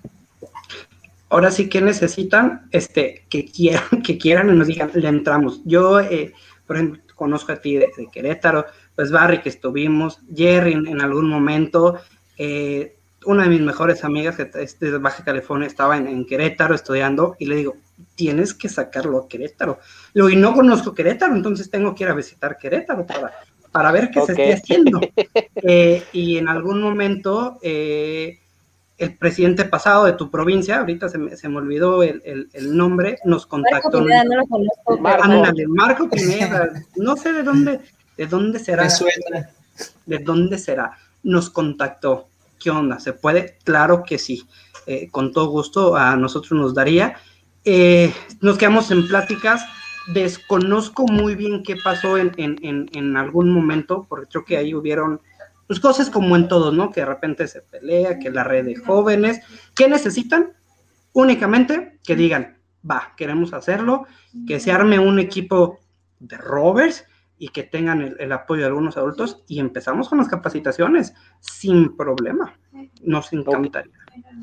Ahora sí que necesitan este, que quieran, que quieran y nos digan, le entramos. Yo, eh, por ejemplo, conozco a ti de, de Querétaro, pues Barry que estuvimos, Jerry en, en algún momento, eh, una de mis mejores amigas que es de Baja California estaba en, en Querétaro estudiando y le digo, tienes que sacarlo a Querétaro. Le digo, y no conozco Querétaro, entonces tengo que ir a visitar Querétaro para, para ver qué okay. se esté haciendo. Eh, y en algún momento, eh, el presidente pasado de tu provincia, ahorita se me, se me olvidó el, el, el nombre, nos contactó. Marco Pineda, no lo conozco. Marco, Ándale, Marco Pineda, no sé de dónde, de dónde será. Me suena. ¿De dónde será? Nos contactó. ¿Qué onda? ¿Se puede? Claro que sí. Eh, con todo gusto a nosotros nos daría. Eh, nos quedamos en pláticas. Desconozco muy bien qué pasó en, en, en, en algún momento, porque creo que ahí hubieron pues, cosas como en todos, ¿no? Que de repente se pelea, que la red de jóvenes. ¿Qué necesitan? Únicamente que digan, va, queremos hacerlo, que se arme un equipo de rovers y que tengan el, el apoyo de algunos adultos y empezamos con las capacitaciones sin problema. Nos encantaría.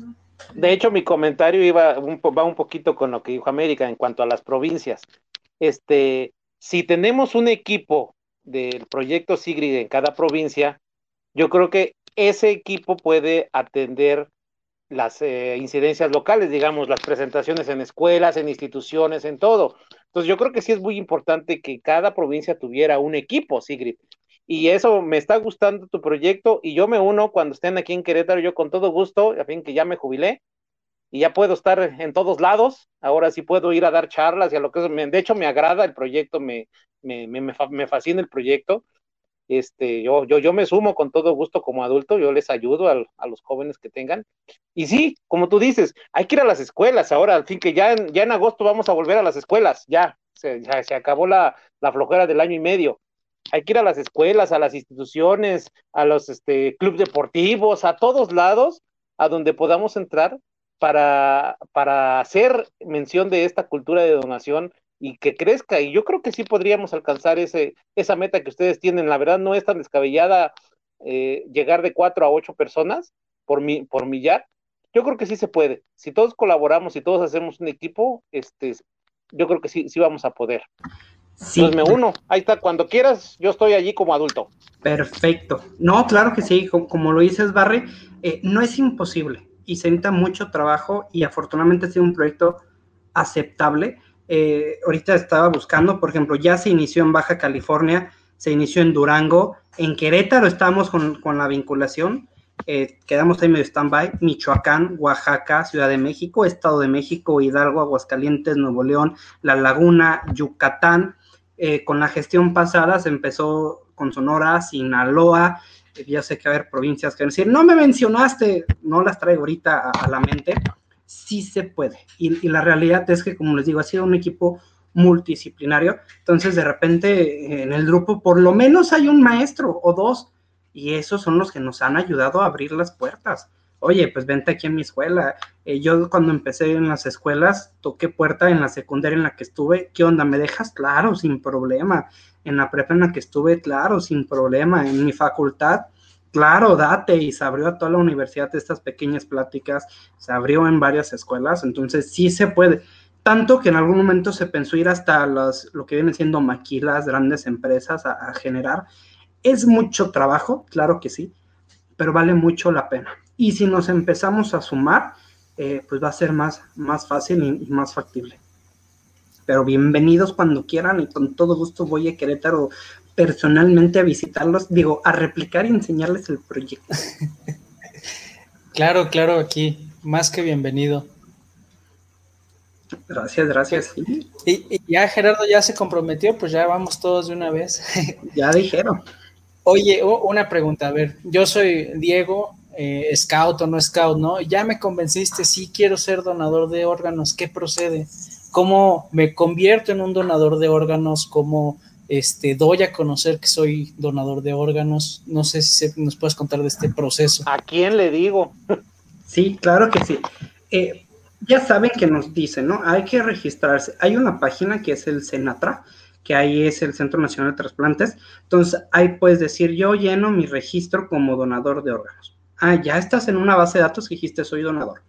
De hecho, mi comentario iba un, va un poquito con lo que dijo América en cuanto a las provincias. Este, si tenemos un equipo del proyecto Sigrid en cada provincia, yo creo que ese equipo puede atender las eh, incidencias locales, digamos, las presentaciones en escuelas, en instituciones, en todo. Entonces yo creo que sí es muy importante que cada provincia tuviera un equipo, Sigrid. Y eso me está gustando tu proyecto y yo me uno cuando estén aquí en Querétaro, yo con todo gusto, a fin que ya me jubilé y ya puedo estar en todos lados. Ahora sí puedo ir a dar charlas y a lo que es, de hecho me agrada el proyecto, me, me, me, me fascina el proyecto. Este, yo, yo, yo me sumo con todo gusto como adulto, yo les ayudo a, a los jóvenes que tengan. Y sí, como tú dices, hay que ir a las escuelas ahora, al fin que ya en, ya en agosto vamos a volver a las escuelas, ya, se, ya, se acabó la, la flojera del año y medio. Hay que ir a las escuelas, a las instituciones, a los este, clubes deportivos, a todos lados, a donde podamos entrar para, para hacer mención de esta cultura de donación y que crezca, y yo creo que sí podríamos alcanzar ese, esa meta que ustedes tienen. La verdad no es tan descabellada eh, llegar de cuatro a ocho personas por, mi, por millar. Yo creo que sí se puede. Si todos colaboramos y todos hacemos un equipo, este, yo creo que sí, sí vamos a poder. Sí. Entonces me uno, ahí está, cuando quieras, yo estoy allí como adulto. Perfecto. No, claro que sí, como, como lo dices, Barry, eh, no es imposible y se necesita mucho trabajo y afortunadamente ha sido un proyecto aceptable. Eh, ahorita estaba buscando, por ejemplo, ya se inició en Baja California, se inició en Durango, en Querétaro estamos con, con la vinculación, eh, quedamos ahí medio stand-by, Michoacán, Oaxaca, Ciudad de México, Estado de México, Hidalgo, Aguascalientes, Nuevo León, La Laguna, Yucatán. Eh, con la gestión pasada se empezó con Sonora, Sinaloa, eh, ya sé que va a haber provincias que van a decir, no me mencionaste, no las traigo ahorita a, a la mente. Sí se puede, y, y la realidad es que, como les digo, ha sido un equipo multidisciplinario, entonces de repente en el grupo por lo menos hay un maestro o dos, y esos son los que nos han ayudado a abrir las puertas. Oye, pues vente aquí a mi escuela. Eh, yo cuando empecé en las escuelas, toqué puerta en la secundaria en la que estuve. ¿Qué onda? ¿Me dejas? Claro, sin problema. En la prepa en la que estuve, claro, sin problema. En mi facultad, claro, date. Y se abrió a toda la universidad estas pequeñas pláticas. Se abrió en varias escuelas. Entonces, sí se puede. tanto que en algún momento se pensó ir hasta las, lo que vienen siendo maquilas, grandes empresas a, a generar. Es mucho trabajo, claro que sí, pero vale mucho la pena. Y si nos empezamos a sumar, eh, pues va a ser más, más fácil y, y más factible. Pero bienvenidos cuando quieran y con todo gusto voy a Querétaro personalmente a visitarlos, digo, a replicar y enseñarles el proyecto. Claro, claro, aquí, más que bienvenido. Gracias, gracias. Y, y ya Gerardo ya se comprometió, pues ya vamos todos de una vez. Ya dijeron. Oye, oh, una pregunta, a ver, yo soy Diego, eh, scout o no scout, ¿no? Ya me convenciste, sí quiero ser donador de órganos, ¿qué procede? ¿Cómo me convierto en un donador de órganos? ¿Cómo este, doy a conocer que soy donador de órganos? No sé si se, nos puedes contar de este proceso. ¿A quién le digo? Sí, claro que sí. Eh, ya saben que nos dicen, ¿no? Hay que registrarse. Hay una página que es el CENATRA, que ahí es el Centro Nacional de Trasplantes. Entonces, ahí puedes decir, yo lleno mi registro como donador de órganos. Ah, ya estás en una base de datos que dijiste, soy donador.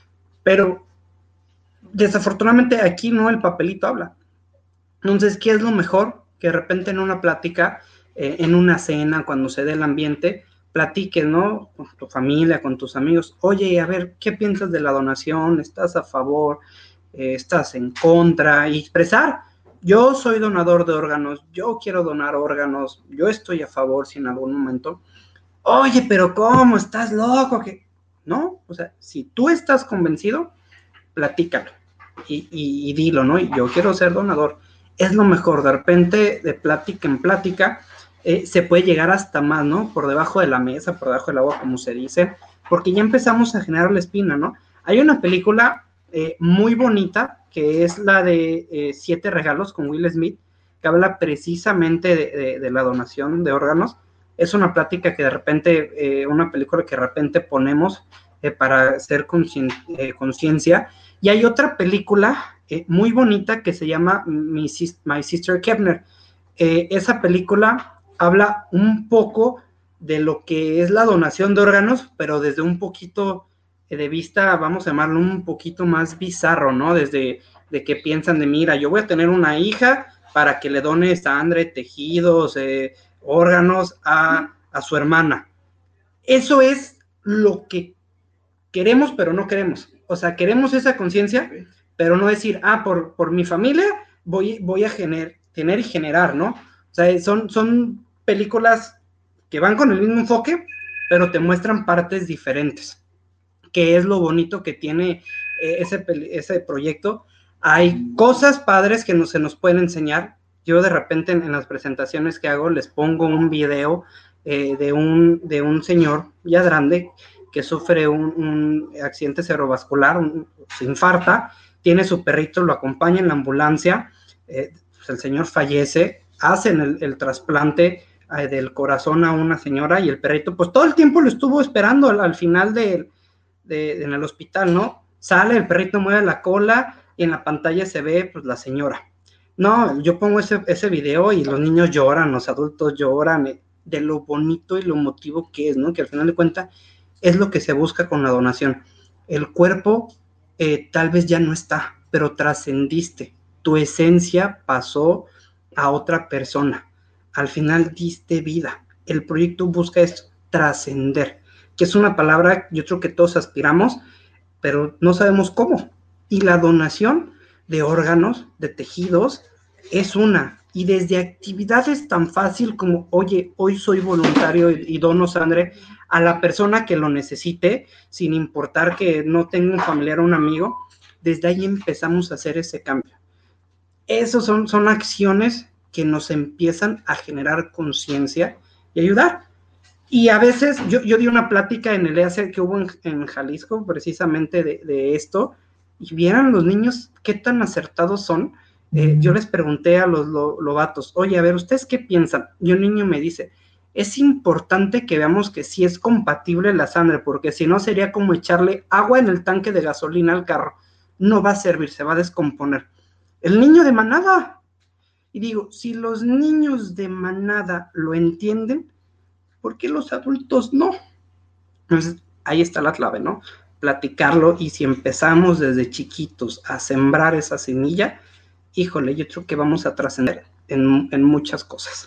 Pero, desafortunadamente, aquí no el papelito habla. Entonces, ¿qué es lo mejor? Que de repente en una plática, eh, en una cena, cuando se dé el ambiente, platiques, ¿no? Con tu familia, con tus amigos. Oye, a ver, ¿qué piensas de la donación? ¿Estás a favor? Eh, ¿Estás en contra? Y expresar. Yo soy donador de órganos, yo quiero donar órganos, yo estoy a favor si en algún momento, oye, pero ¿cómo? ¿Estás loco? ¿Qué? No, o sea, si tú estás convencido, platícalo y, y, y dilo, ¿no? Yo quiero ser donador. Es lo mejor, de repente, de plática en plática, eh, se puede llegar hasta más, ¿no? Por debajo de la mesa, por debajo del agua, como se dice, porque ya empezamos a generar la espina, ¿no? Hay una película eh, muy bonita, que es la de eh, Siete Regalos con Will Smith, que habla precisamente de, de, de la donación de órganos. Es una plática que de repente, eh, una película que de repente ponemos eh, para hacer conciencia. Eh, y hay otra película eh, muy bonita que se llama My, My Sister Kepner. Eh, esa película habla un poco de lo que es la donación de órganos, pero desde un poquito de vista, vamos a llamarlo un poquito más bizarro, ¿no? Desde de que piensan de, mira, yo voy a tener una hija para que le done sangre, tejidos, eh, órganos a, a su hermana. Eso es lo que queremos, pero no queremos. O sea, queremos esa conciencia, pero no decir, ah, por, por mi familia voy, voy a gener, tener y generar, ¿no? O sea, son, son películas que van con el mismo enfoque, pero te muestran partes diferentes. Que es lo bonito que tiene eh, ese, ese proyecto. Hay cosas padres que no, se nos pueden enseñar. Yo de repente en, en las presentaciones que hago les pongo un video eh, de, un, de un señor ya grande que sufre un, un accidente cerebrovascular, un, se infarta, tiene su perrito, lo acompaña en la ambulancia, eh, pues el señor fallece, hacen el, el trasplante eh, del corazón a una señora y el perrito pues todo el tiempo lo estuvo esperando al, al final de De, de, en el hospital, ¿no? Sale, el perrito mueve la cola y en la pantalla se ve, pues, la señora. No, yo pongo ese, ese video y los niños lloran, los adultos lloran eh, de lo bonito y lo emotivo que es, ¿no? Que al final de cuentas es lo que se busca con la donación. El cuerpo eh, tal vez ya no está, pero trascendiste. Tu esencia pasó a otra persona. Al final diste vida. El proyecto busca esto, trascender, que es una palabra, yo creo que todos aspiramos, pero no sabemos cómo. Y la donación de órganos, de tejidos, es una. Y desde actividades tan fácil como, oye, hoy soy voluntario y, y dono sangre a la persona que lo necesite, sin importar que no tenga un familiar o un amigo, desde ahí empezamos a hacer ese cambio. Esas son, son acciones que nos empiezan a generar conciencia y ayudar. Y a veces, yo, yo di una plática en el E A C que hubo en, en Jalisco, precisamente de, de esto, y vieran los niños qué tan acertados son. Eh, yo les pregunté a los lo, lobatos, oye, a ver, ¿ustedes qué piensan? Y un niño me dice, es importante que veamos que sí es compatible la sangre, porque si no sería como echarle agua en el tanque de gasolina al carro. No va a servir, se va a descomponer. El niño de manada. Y digo, si los niños de manada lo entienden, ¿por qué los adultos no? Entonces, ahí está la clave, ¿no? platicarlo, y si empezamos desde chiquitos a sembrar esa semilla, híjole, yo creo que vamos a trascender en, en muchas cosas.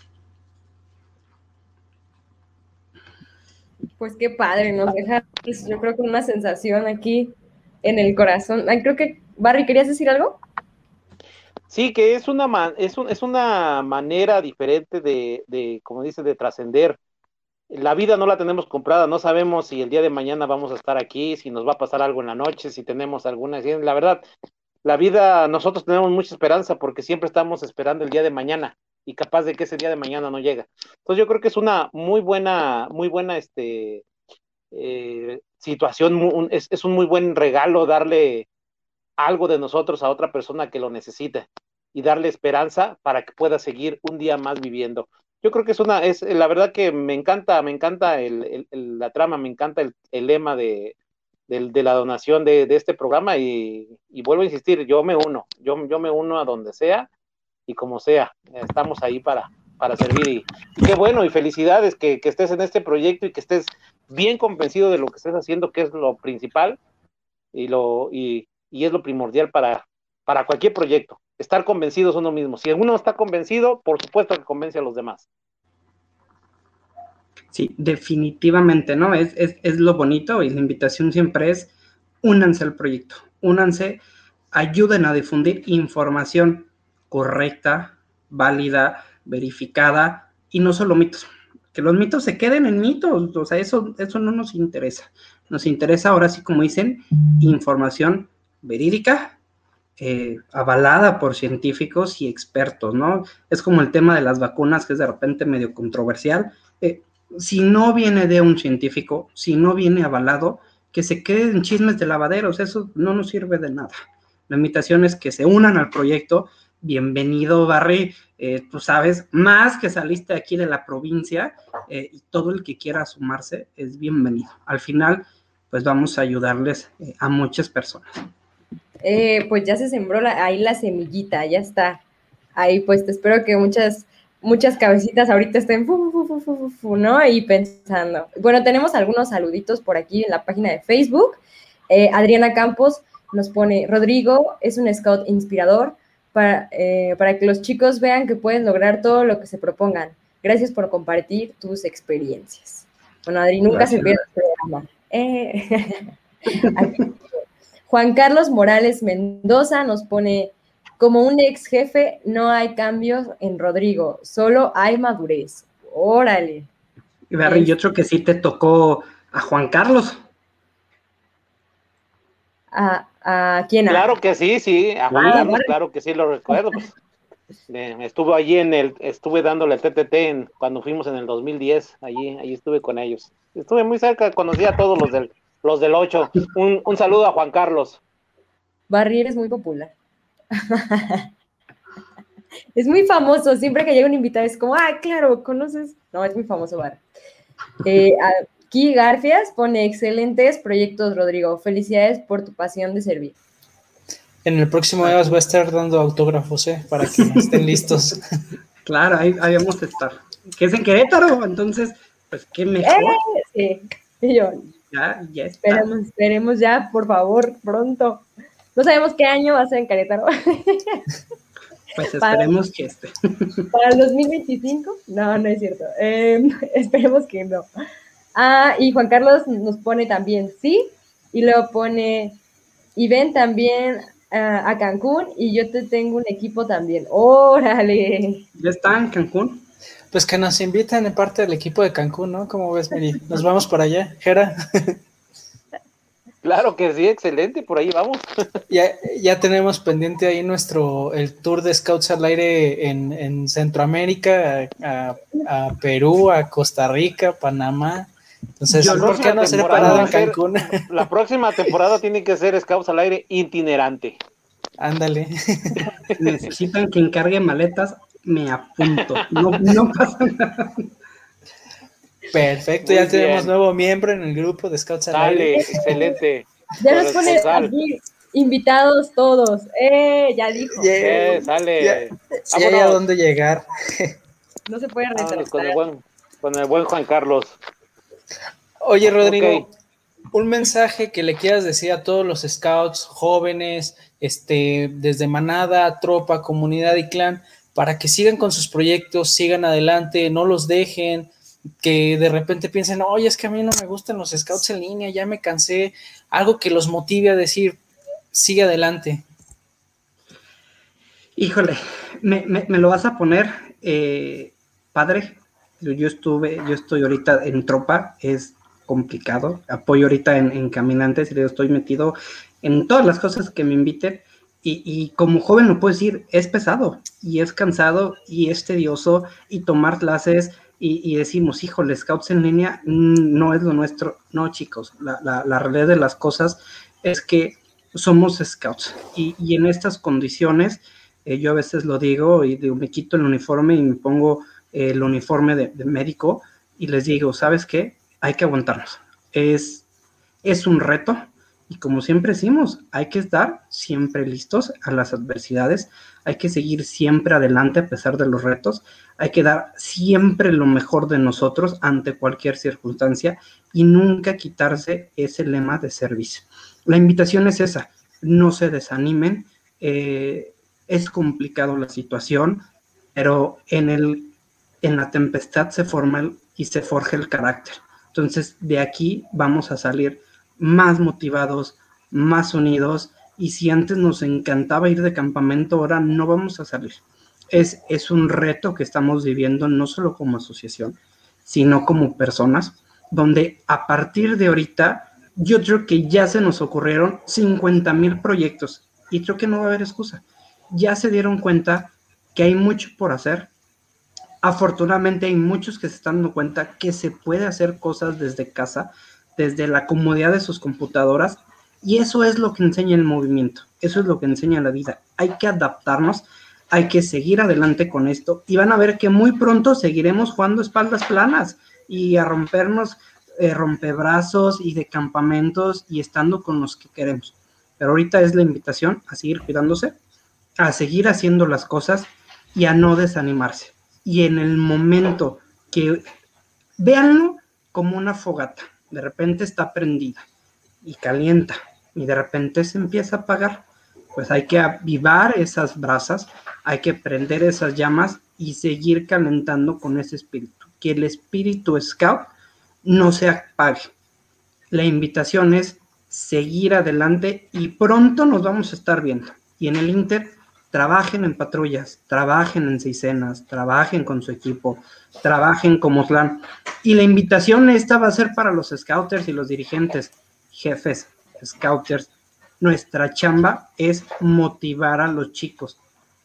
Pues qué padre, nos deja, pues, yo creo que una sensación aquí en el corazón. Ay, creo que, Barry, ¿querías decir algo? Sí, que es una, man, es, un, es una manera diferente de, de como dice, de trascender. La vida no la tenemos comprada, no sabemos si el día de mañana vamos a estar aquí, si nos va a pasar algo en la noche, si tenemos alguna... La verdad, la vida, nosotros tenemos mucha esperanza porque siempre estamos esperando el día de mañana y capaz de que ese día de mañana no llega. Entonces yo creo que es una muy buena, muy buena este, eh, situación, un, es, es un muy buen regalo darle algo de nosotros a otra persona que lo necesita y darle esperanza para que pueda seguir un día más viviendo. Yo creo que es una, es la verdad que me encanta, me encanta el, el, el, la trama, me encanta el, el lema de, de, de la donación de, de este programa y, y vuelvo a insistir, yo me uno, yo, yo me uno a donde sea y como sea, estamos ahí para, para servir y, y qué bueno y felicidades que, que estés en este proyecto y que estés bien convencido de lo que estés haciendo, que es lo principal y, lo, y, y es lo primordial para, para cualquier proyecto. Estar convencidos uno mismo. Si uno está convencido, por supuesto que convence a los demás. Sí, definitivamente, ¿no? Es, es, es lo bonito y la invitación siempre es únanse al proyecto, únanse, ayuden a difundir información correcta, válida, verificada y no solo mitos. Que los mitos se queden en mitos, o sea, eso, eso no nos interesa. Nos interesa ahora sí, como dicen, información verídica, Eh, avalada por científicos y expertos, ¿no? Es como el tema de las vacunas, que es de repente medio controversial. Eh, si no viene de un científico, si no viene avalado, que se queden chismes de lavaderos, eso no nos sirve de nada. La invitación es que se unan al proyecto. Bienvenido, Barry, eh, tú sabes, más que saliste aquí de la provincia, eh, y todo el que quiera sumarse es bienvenido. Al final, pues vamos a ayudarles eh, a muchas personas. Eh, pues ya se sembró la, ahí la semillita, ya está ahí puesto. Espero que muchas, muchas cabecitas ahorita estén fu, fu, fu, fu, fu, ¿no? Y pensando. Bueno, tenemos algunos saluditos por aquí en la página de Facebook. Eh, Adriana Campos nos pone, Rodrigo es un scout inspirador para, eh, para que los chicos vean que pueden lograr todo lo que se propongan. Gracias por compartir tus experiencias. Bueno, Adri, nunca Gracias. Se pierde el programa. Eh. Juan Carlos Morales Mendoza nos pone, como un ex jefe no hay cambios en Rodrigo, solo hay madurez. Órale. Y Barry, es... yo creo que sí te tocó a Juan Carlos. ¿A, a quién? Claro que sí, sí, a Juan ah, Carlos, vale. Claro que sí lo recuerdo. Pues, eh, estuve allí en el, estuve dándole el T T T en, cuando fuimos en el dos mil diez, allí, allí estuve con ellos. Estuve muy cerca, conocí a todos los del Los del ocho. Un, un saludo a Juan Carlos. Barry, eres muy popular. Es muy famoso. Siempre que llega un invitado es como, ah, claro, ¿conoces? No, es muy famoso, Barry. Eh, aquí Garfias pone, excelentes proyectos, Rodrigo. Felicidades por tu pasión de servir. En el próximo día os voy a estar dando autógrafos, ¿eh? Para que estén listos. Claro, ahí, ahí vamos a estar. Que es en Querétaro, entonces, pues, qué mejor. Eh, sí, y yo... Ya, ya está. Esperemos, esperemos ya, por favor, pronto. No sabemos qué año va a ser en Querétaro. Pues esperemos para, que esté. ¿Para el dos mil veinticinco? No, no es cierto. Eh, esperemos que no. Ah, y Juan Carlos nos pone también sí, y luego pone, y ven también uh, a Cancún, y yo te tengo un equipo también. ¡Órale! ¿Ya está en Cancún? Pues que nos invitan en parte del equipo de Cancún, ¿no? ¿Cómo ves, Miri? Nos vamos para allá, Jera. Claro que sí, excelente, por ahí vamos. Ya, ya tenemos pendiente ahí nuestro, el tour de Scouts al Aire en, en Centroamérica, a, a Perú, a Costa Rica, Panamá. Entonces, ¿por qué no hacer parada en Cancún? La próxima temporada tiene que ser Scouts al Aire itinerante. Ándale. Necesitan que encargue maletas, me apunto. No, no pasa nada. Perfecto, muy ya bien. Tenemos nuevo miembro en el grupo de Scouts al Aire. Excelente. Ya nos ponen aquí invitados todos. Eh, ya dijo. Yeah, sale. Ya, sí hay a dónde llegar. No se puede retrasar. Con el buen, con el buen Juan Carlos. Oye, Rodrigo, okay. un mensaje que le quieras decir a todos los scouts jóvenes, este, desde manada, tropa, comunidad y clan, para que sigan con sus proyectos, sigan adelante, no los dejen, que de repente piensen, oye, es que a mí no me gustan los scouts en línea, ya me cansé, algo que los motive a decir, sigue adelante. Híjole, me, me, me lo vas a poner, eh, padre. Yo, yo estuve, yo estoy ahorita en tropa, es complicado. Apoyo ahorita en, en caminantes y yo estoy metido en todas las cosas que me inviten. Y, y como joven lo puedo decir, es pesado y es cansado y es tedioso y tomar clases y, y decimos, híjole, scouts en línea no es lo nuestro. No, chicos, la, la, la realidad de las cosas es que somos scouts y, y en estas condiciones, eh, yo a veces lo digo y digo, me quito el uniforme y me pongo eh, el uniforme de, de médico y les digo, ¿sabes qué? Hay que aguantarnos. Es, es un reto. Y como siempre decimos, hay que estar siempre listos a las adversidades, hay que seguir siempre adelante a pesar de los retos, hay que dar siempre lo mejor de nosotros ante cualquier circunstancia y nunca quitarse ese lema de servicio. La invitación es esa, no se desanimen, eh, es complicado la situación, pero en, el, en la tempestad se forma el, y se forja el carácter. Entonces, de aquí vamos a salir más motivados, más unidos, y si antes nos encantaba ir de campamento, ahora no vamos a salir. Es, es un reto que estamos viviendo no solo como asociación, sino como personas, donde a partir de ahorita, yo creo que ya se nos ocurrieron cincuenta mil proyectos, y creo que no va a haber excusa. Ya se dieron cuenta que hay mucho por hacer. Afortunadamente hay muchos que se están dando cuenta que se puede hacer cosas desde casa, desde la comodidad de sus computadoras, y eso es lo que enseña el movimiento, eso es lo que enseña la vida. Hay que adaptarnos, hay que seguir adelante con esto, y van a ver que muy pronto seguiremos jugando espaldas planas, y a rompernos eh, rompebrazos, y de campamentos, y estando con los que queremos. Pero ahorita es la invitación a seguir cuidándose, a seguir haciendo las cosas, y a no desanimarse. Y en el momento que, véanlo como una fogata, de repente está prendida y calienta y de repente se empieza a apagar, pues hay que avivar esas brasas, hay que prender esas llamas y seguir calentando con ese espíritu, que el espíritu scout no se apague. La invitación es seguir adelante y pronto nos vamos a estar viendo. Y en el Inter, trabajen en patrullas, trabajen en seisenas, trabajen con su equipo, trabajen como clan. Y la invitación esta va a ser para los scouters y los dirigentes, jefes, scouters. Nuestra chamba es motivar a los chicos,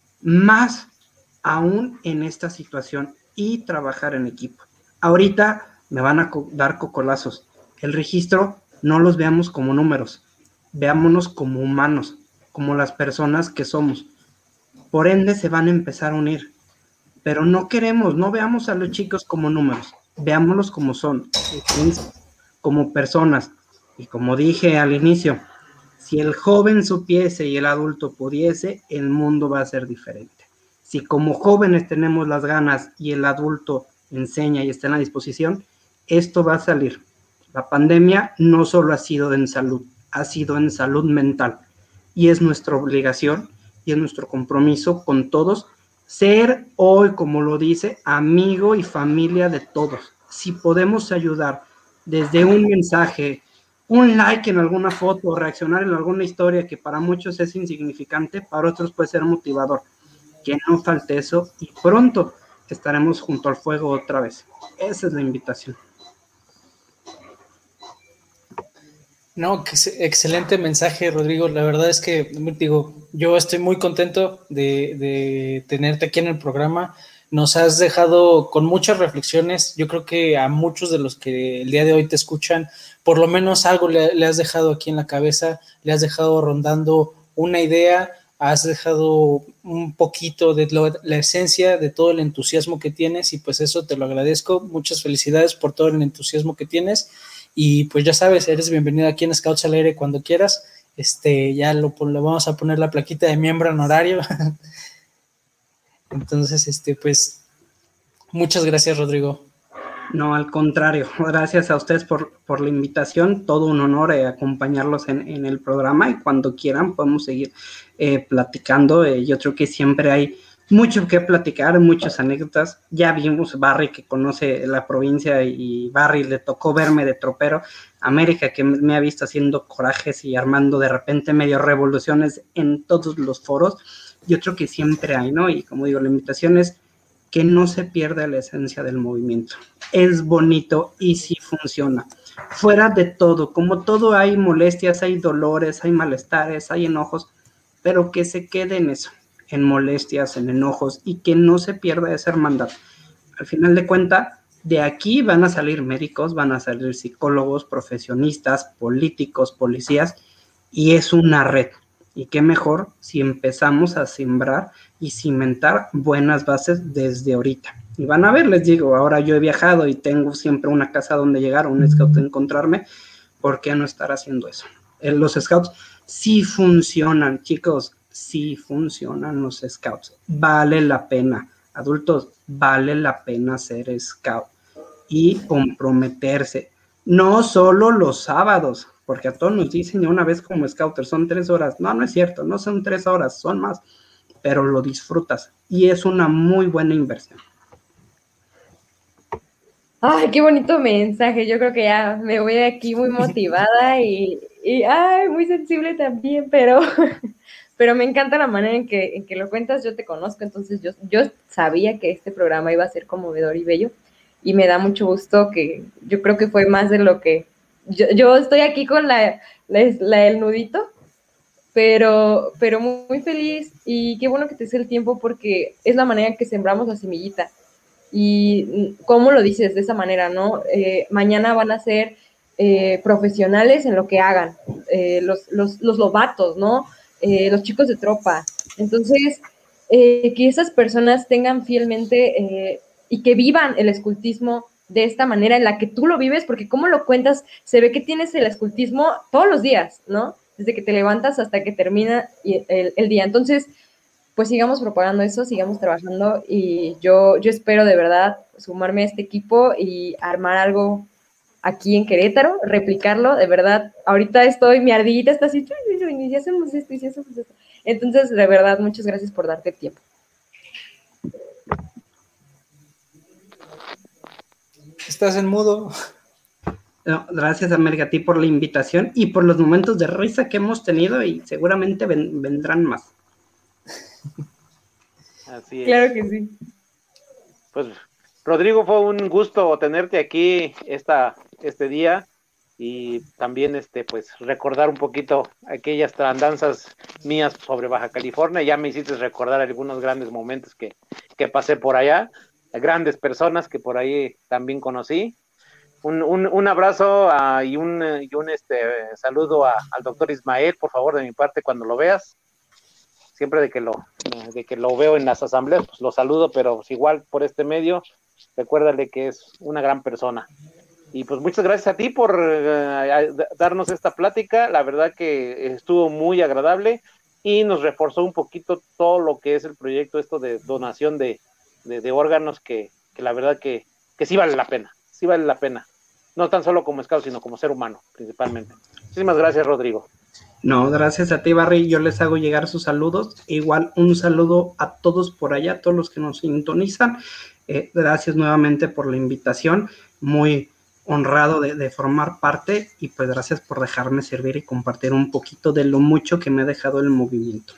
más aún en esta situación, y trabajar en equipo. Ahorita me van a co- dar cocolazos. El registro no los veamos como números, veámonos como humanos, como las personas que somos. Por ende se van a empezar a unir, pero no queremos, no veamos a los chicos como números, veámoslos como son, como personas. Y como dije al inicio, si el joven supiese y el adulto pudiese, el mundo va a ser diferente. Si como jóvenes tenemos las ganas y el adulto enseña y está en la disposición, esto va a salir. La pandemia no solo ha sido en salud, ha sido en salud mental, y es nuestra obligación y es nuestro compromiso con todos, ser hoy, como lo dice, amigo y familia de todos. Si podemos ayudar desde un mensaje, un like en alguna foto, reaccionar en alguna historia que para muchos es insignificante, para otros puede ser motivador. Que no falte eso, y pronto estaremos junto al fuego otra vez. Esa es la invitación. No, que excelente mensaje, Rodrigo. La verdad es que, digo, yo estoy muy contento de, de tenerte aquí en el programa. Nos has dejado con muchas reflexiones. Yo creo que a muchos de los que el día de hoy te escuchan, por lo menos algo le, le has dejado aquí en la cabeza, le has dejado rondando una idea, has dejado un poquito de lo, la esencia de todo el entusiasmo que tienes, y pues eso te lo agradezco. Muchas felicidades por todo el entusiasmo que tienes. Y pues ya sabes, eres bienvenido aquí en Scouts al Aire cuando quieras. Este, ya lo, lo vamos a poner la plaquita de miembro honorario. Entonces, este, pues, muchas gracias, Rodrigo. No, al contrario, gracias a ustedes por, por la invitación, todo un honor eh, acompañarlos en, en el programa y cuando quieran podemos seguir eh, platicando. Eh, yo creo que siempre hay mucho que platicar, muchas anécdotas. Ya vimos Barry que conoce la provincia y Barry le tocó verme de tropero, América que me ha visto haciendo corajes y armando de repente medio revoluciones en todos los foros. Yo creo que siempre hay, ¿no? Y como digo, la invitación es que no se pierda la esencia del movimiento. Es bonito y sí funciona. Fuera de todo, como todo hay molestias, hay dolores, hay malestares, hay enojos, pero que se quede en eso, en molestias, en enojos, y que no se pierda esa hermandad. Al final de cuentas, de aquí van a salir médicos, van a salir psicólogos, profesionistas, políticos, policías, y es una red. Y qué mejor si empezamos a sembrar y cimentar buenas bases desde ahorita. Y van a ver, les digo, ahora yo he viajado y tengo siempre una casa donde llegar, un scout a encontrarme, ¿por qué no estar haciendo eso? Eh, los scouts sí funcionan, chicos, sí funcionan los scouts. Vale la pena, adultos, vale la pena ser scout y comprometerse. No solo los sábados, porque a todos nos dicen una vez como scouter, son tres horas. No, no es cierto, no son tres horas, son más, pero lo disfrutas y es una muy buena inversión. Ay, qué bonito mensaje. Yo creo que ya me voy de aquí muy motivada y, y ay, muy sensible también, pero, pero me encanta la manera en que, en que lo cuentas. Yo te conozco, entonces yo, yo sabía que este programa iba a ser conmovedor y bello y me da mucho gusto que yo creo que fue más de lo que yo, yo estoy aquí con la, la, la el nudito, pero, pero muy, muy feliz y qué bueno que te hice el tiempo porque es la manera en que sembramos la semillita. Y cómo lo dices de esa manera, ¿no? Eh, mañana van a ser eh, profesionales en lo que hagan, eh, los, los, los lobatos, ¿no? Eh, los chicos de tropa. Entonces, eh, que esas personas tengan fielmente eh, y que vivan el escultismo de esta manera en la que tú lo vives, porque como lo cuentas, se ve que tienes el escultismo todos los días, ¿no? Desde que te levantas hasta que termina el, el día. Entonces, pues sigamos propagando eso, sigamos trabajando y yo, yo espero de verdad sumarme a este equipo y armar algo aquí en Querétaro, replicarlo, de verdad, ahorita estoy, mi ardillita está así, y si hacemos esto, y si hacemos esto. Entonces, de verdad, muchas gracias por darte tiempo. ¿Estás en mudo? No, gracias, América, a ti por la invitación y por los momentos de risa que hemos tenido y seguramente ven, vendrán más. Así es. Claro que sí. Pues, Rodrigo, fue un gusto tenerte aquí esta, este día y también este, pues, recordar un poquito aquellas andanzas mías sobre Baja California. Ya me hiciste recordar algunos grandes momentos que, que pasé por allá, grandes personas que por ahí también conocí. Un, un, un abrazo uh, y un, y un este, saludo a, al doctor Ismael, por favor, de mi parte, cuando lo veas. Siempre de que lo de que lo veo en las asambleas, pues lo saludo, pero pues igual por este medio, recuérdale que es una gran persona. Y pues muchas gracias a ti por uh, darnos esta plática, la verdad que estuvo muy agradable y nos reforzó un poquito todo lo que es el proyecto esto de donación de, de, de órganos que, que la verdad que, que sí vale la pena, sí vale la pena, no tan solo como scout, sino como ser humano, principalmente. Muchísimas gracias, Rodrigo. No, gracias a ti, Barry, yo les hago llegar sus saludos, igual un saludo a todos por allá, a todos los que nos sintonizan, eh, gracias nuevamente por la invitación, muy honrado de, de formar parte y pues gracias por dejarme servir y compartir un poquito de lo mucho que me ha dejado el movimiento.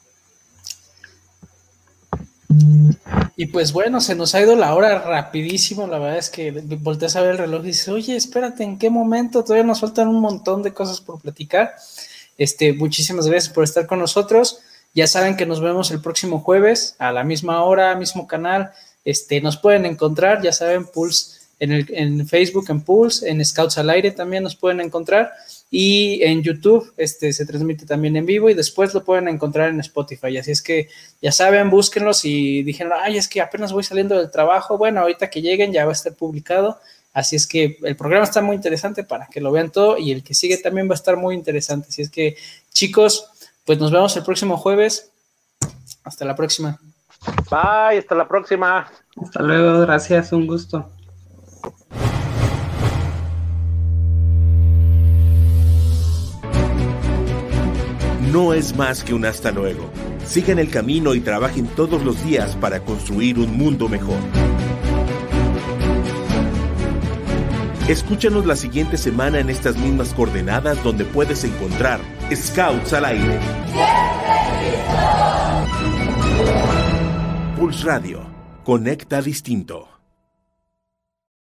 Y pues bueno, se nos ha ido la hora rapidísimo, la verdad es que volteas a ver el reloj y dices, oye, espérate, ¿en qué momento? Todavía nos faltan un montón de cosas por platicar. Este, muchísimas gracias por estar con nosotros. Ya saben que nos vemos el próximo jueves a la misma hora, mismo canal. Este, nos pueden encontrar, ya saben, Pulse en, el, en Facebook, en Pulse, en Scouts al Aire también nos pueden encontrar. Y en YouTube este, se transmite también en vivo y después lo pueden encontrar en Spotify. Así es que ya saben, búsquenlos y dijeron, ay, es que apenas voy saliendo del trabajo. Bueno, ahorita que lleguen ya va a estar publicado. Así es que el programa está muy interesante para que lo vean todo y el que sigue también va a estar muy interesante. Así es que, chicos, pues nos vemos el próximo jueves. Hasta la próxima. Bye, hasta la próxima. Hasta luego, gracias, un gusto. no es más que un hasta luego. Sigan el camino y trabajen todos los días para construir un mundo mejor. Escúchanos la siguiente semana en estas mismas coordenadas donde puedes encontrar Scouts al Aire. Pulse Radio. Conecta distinto.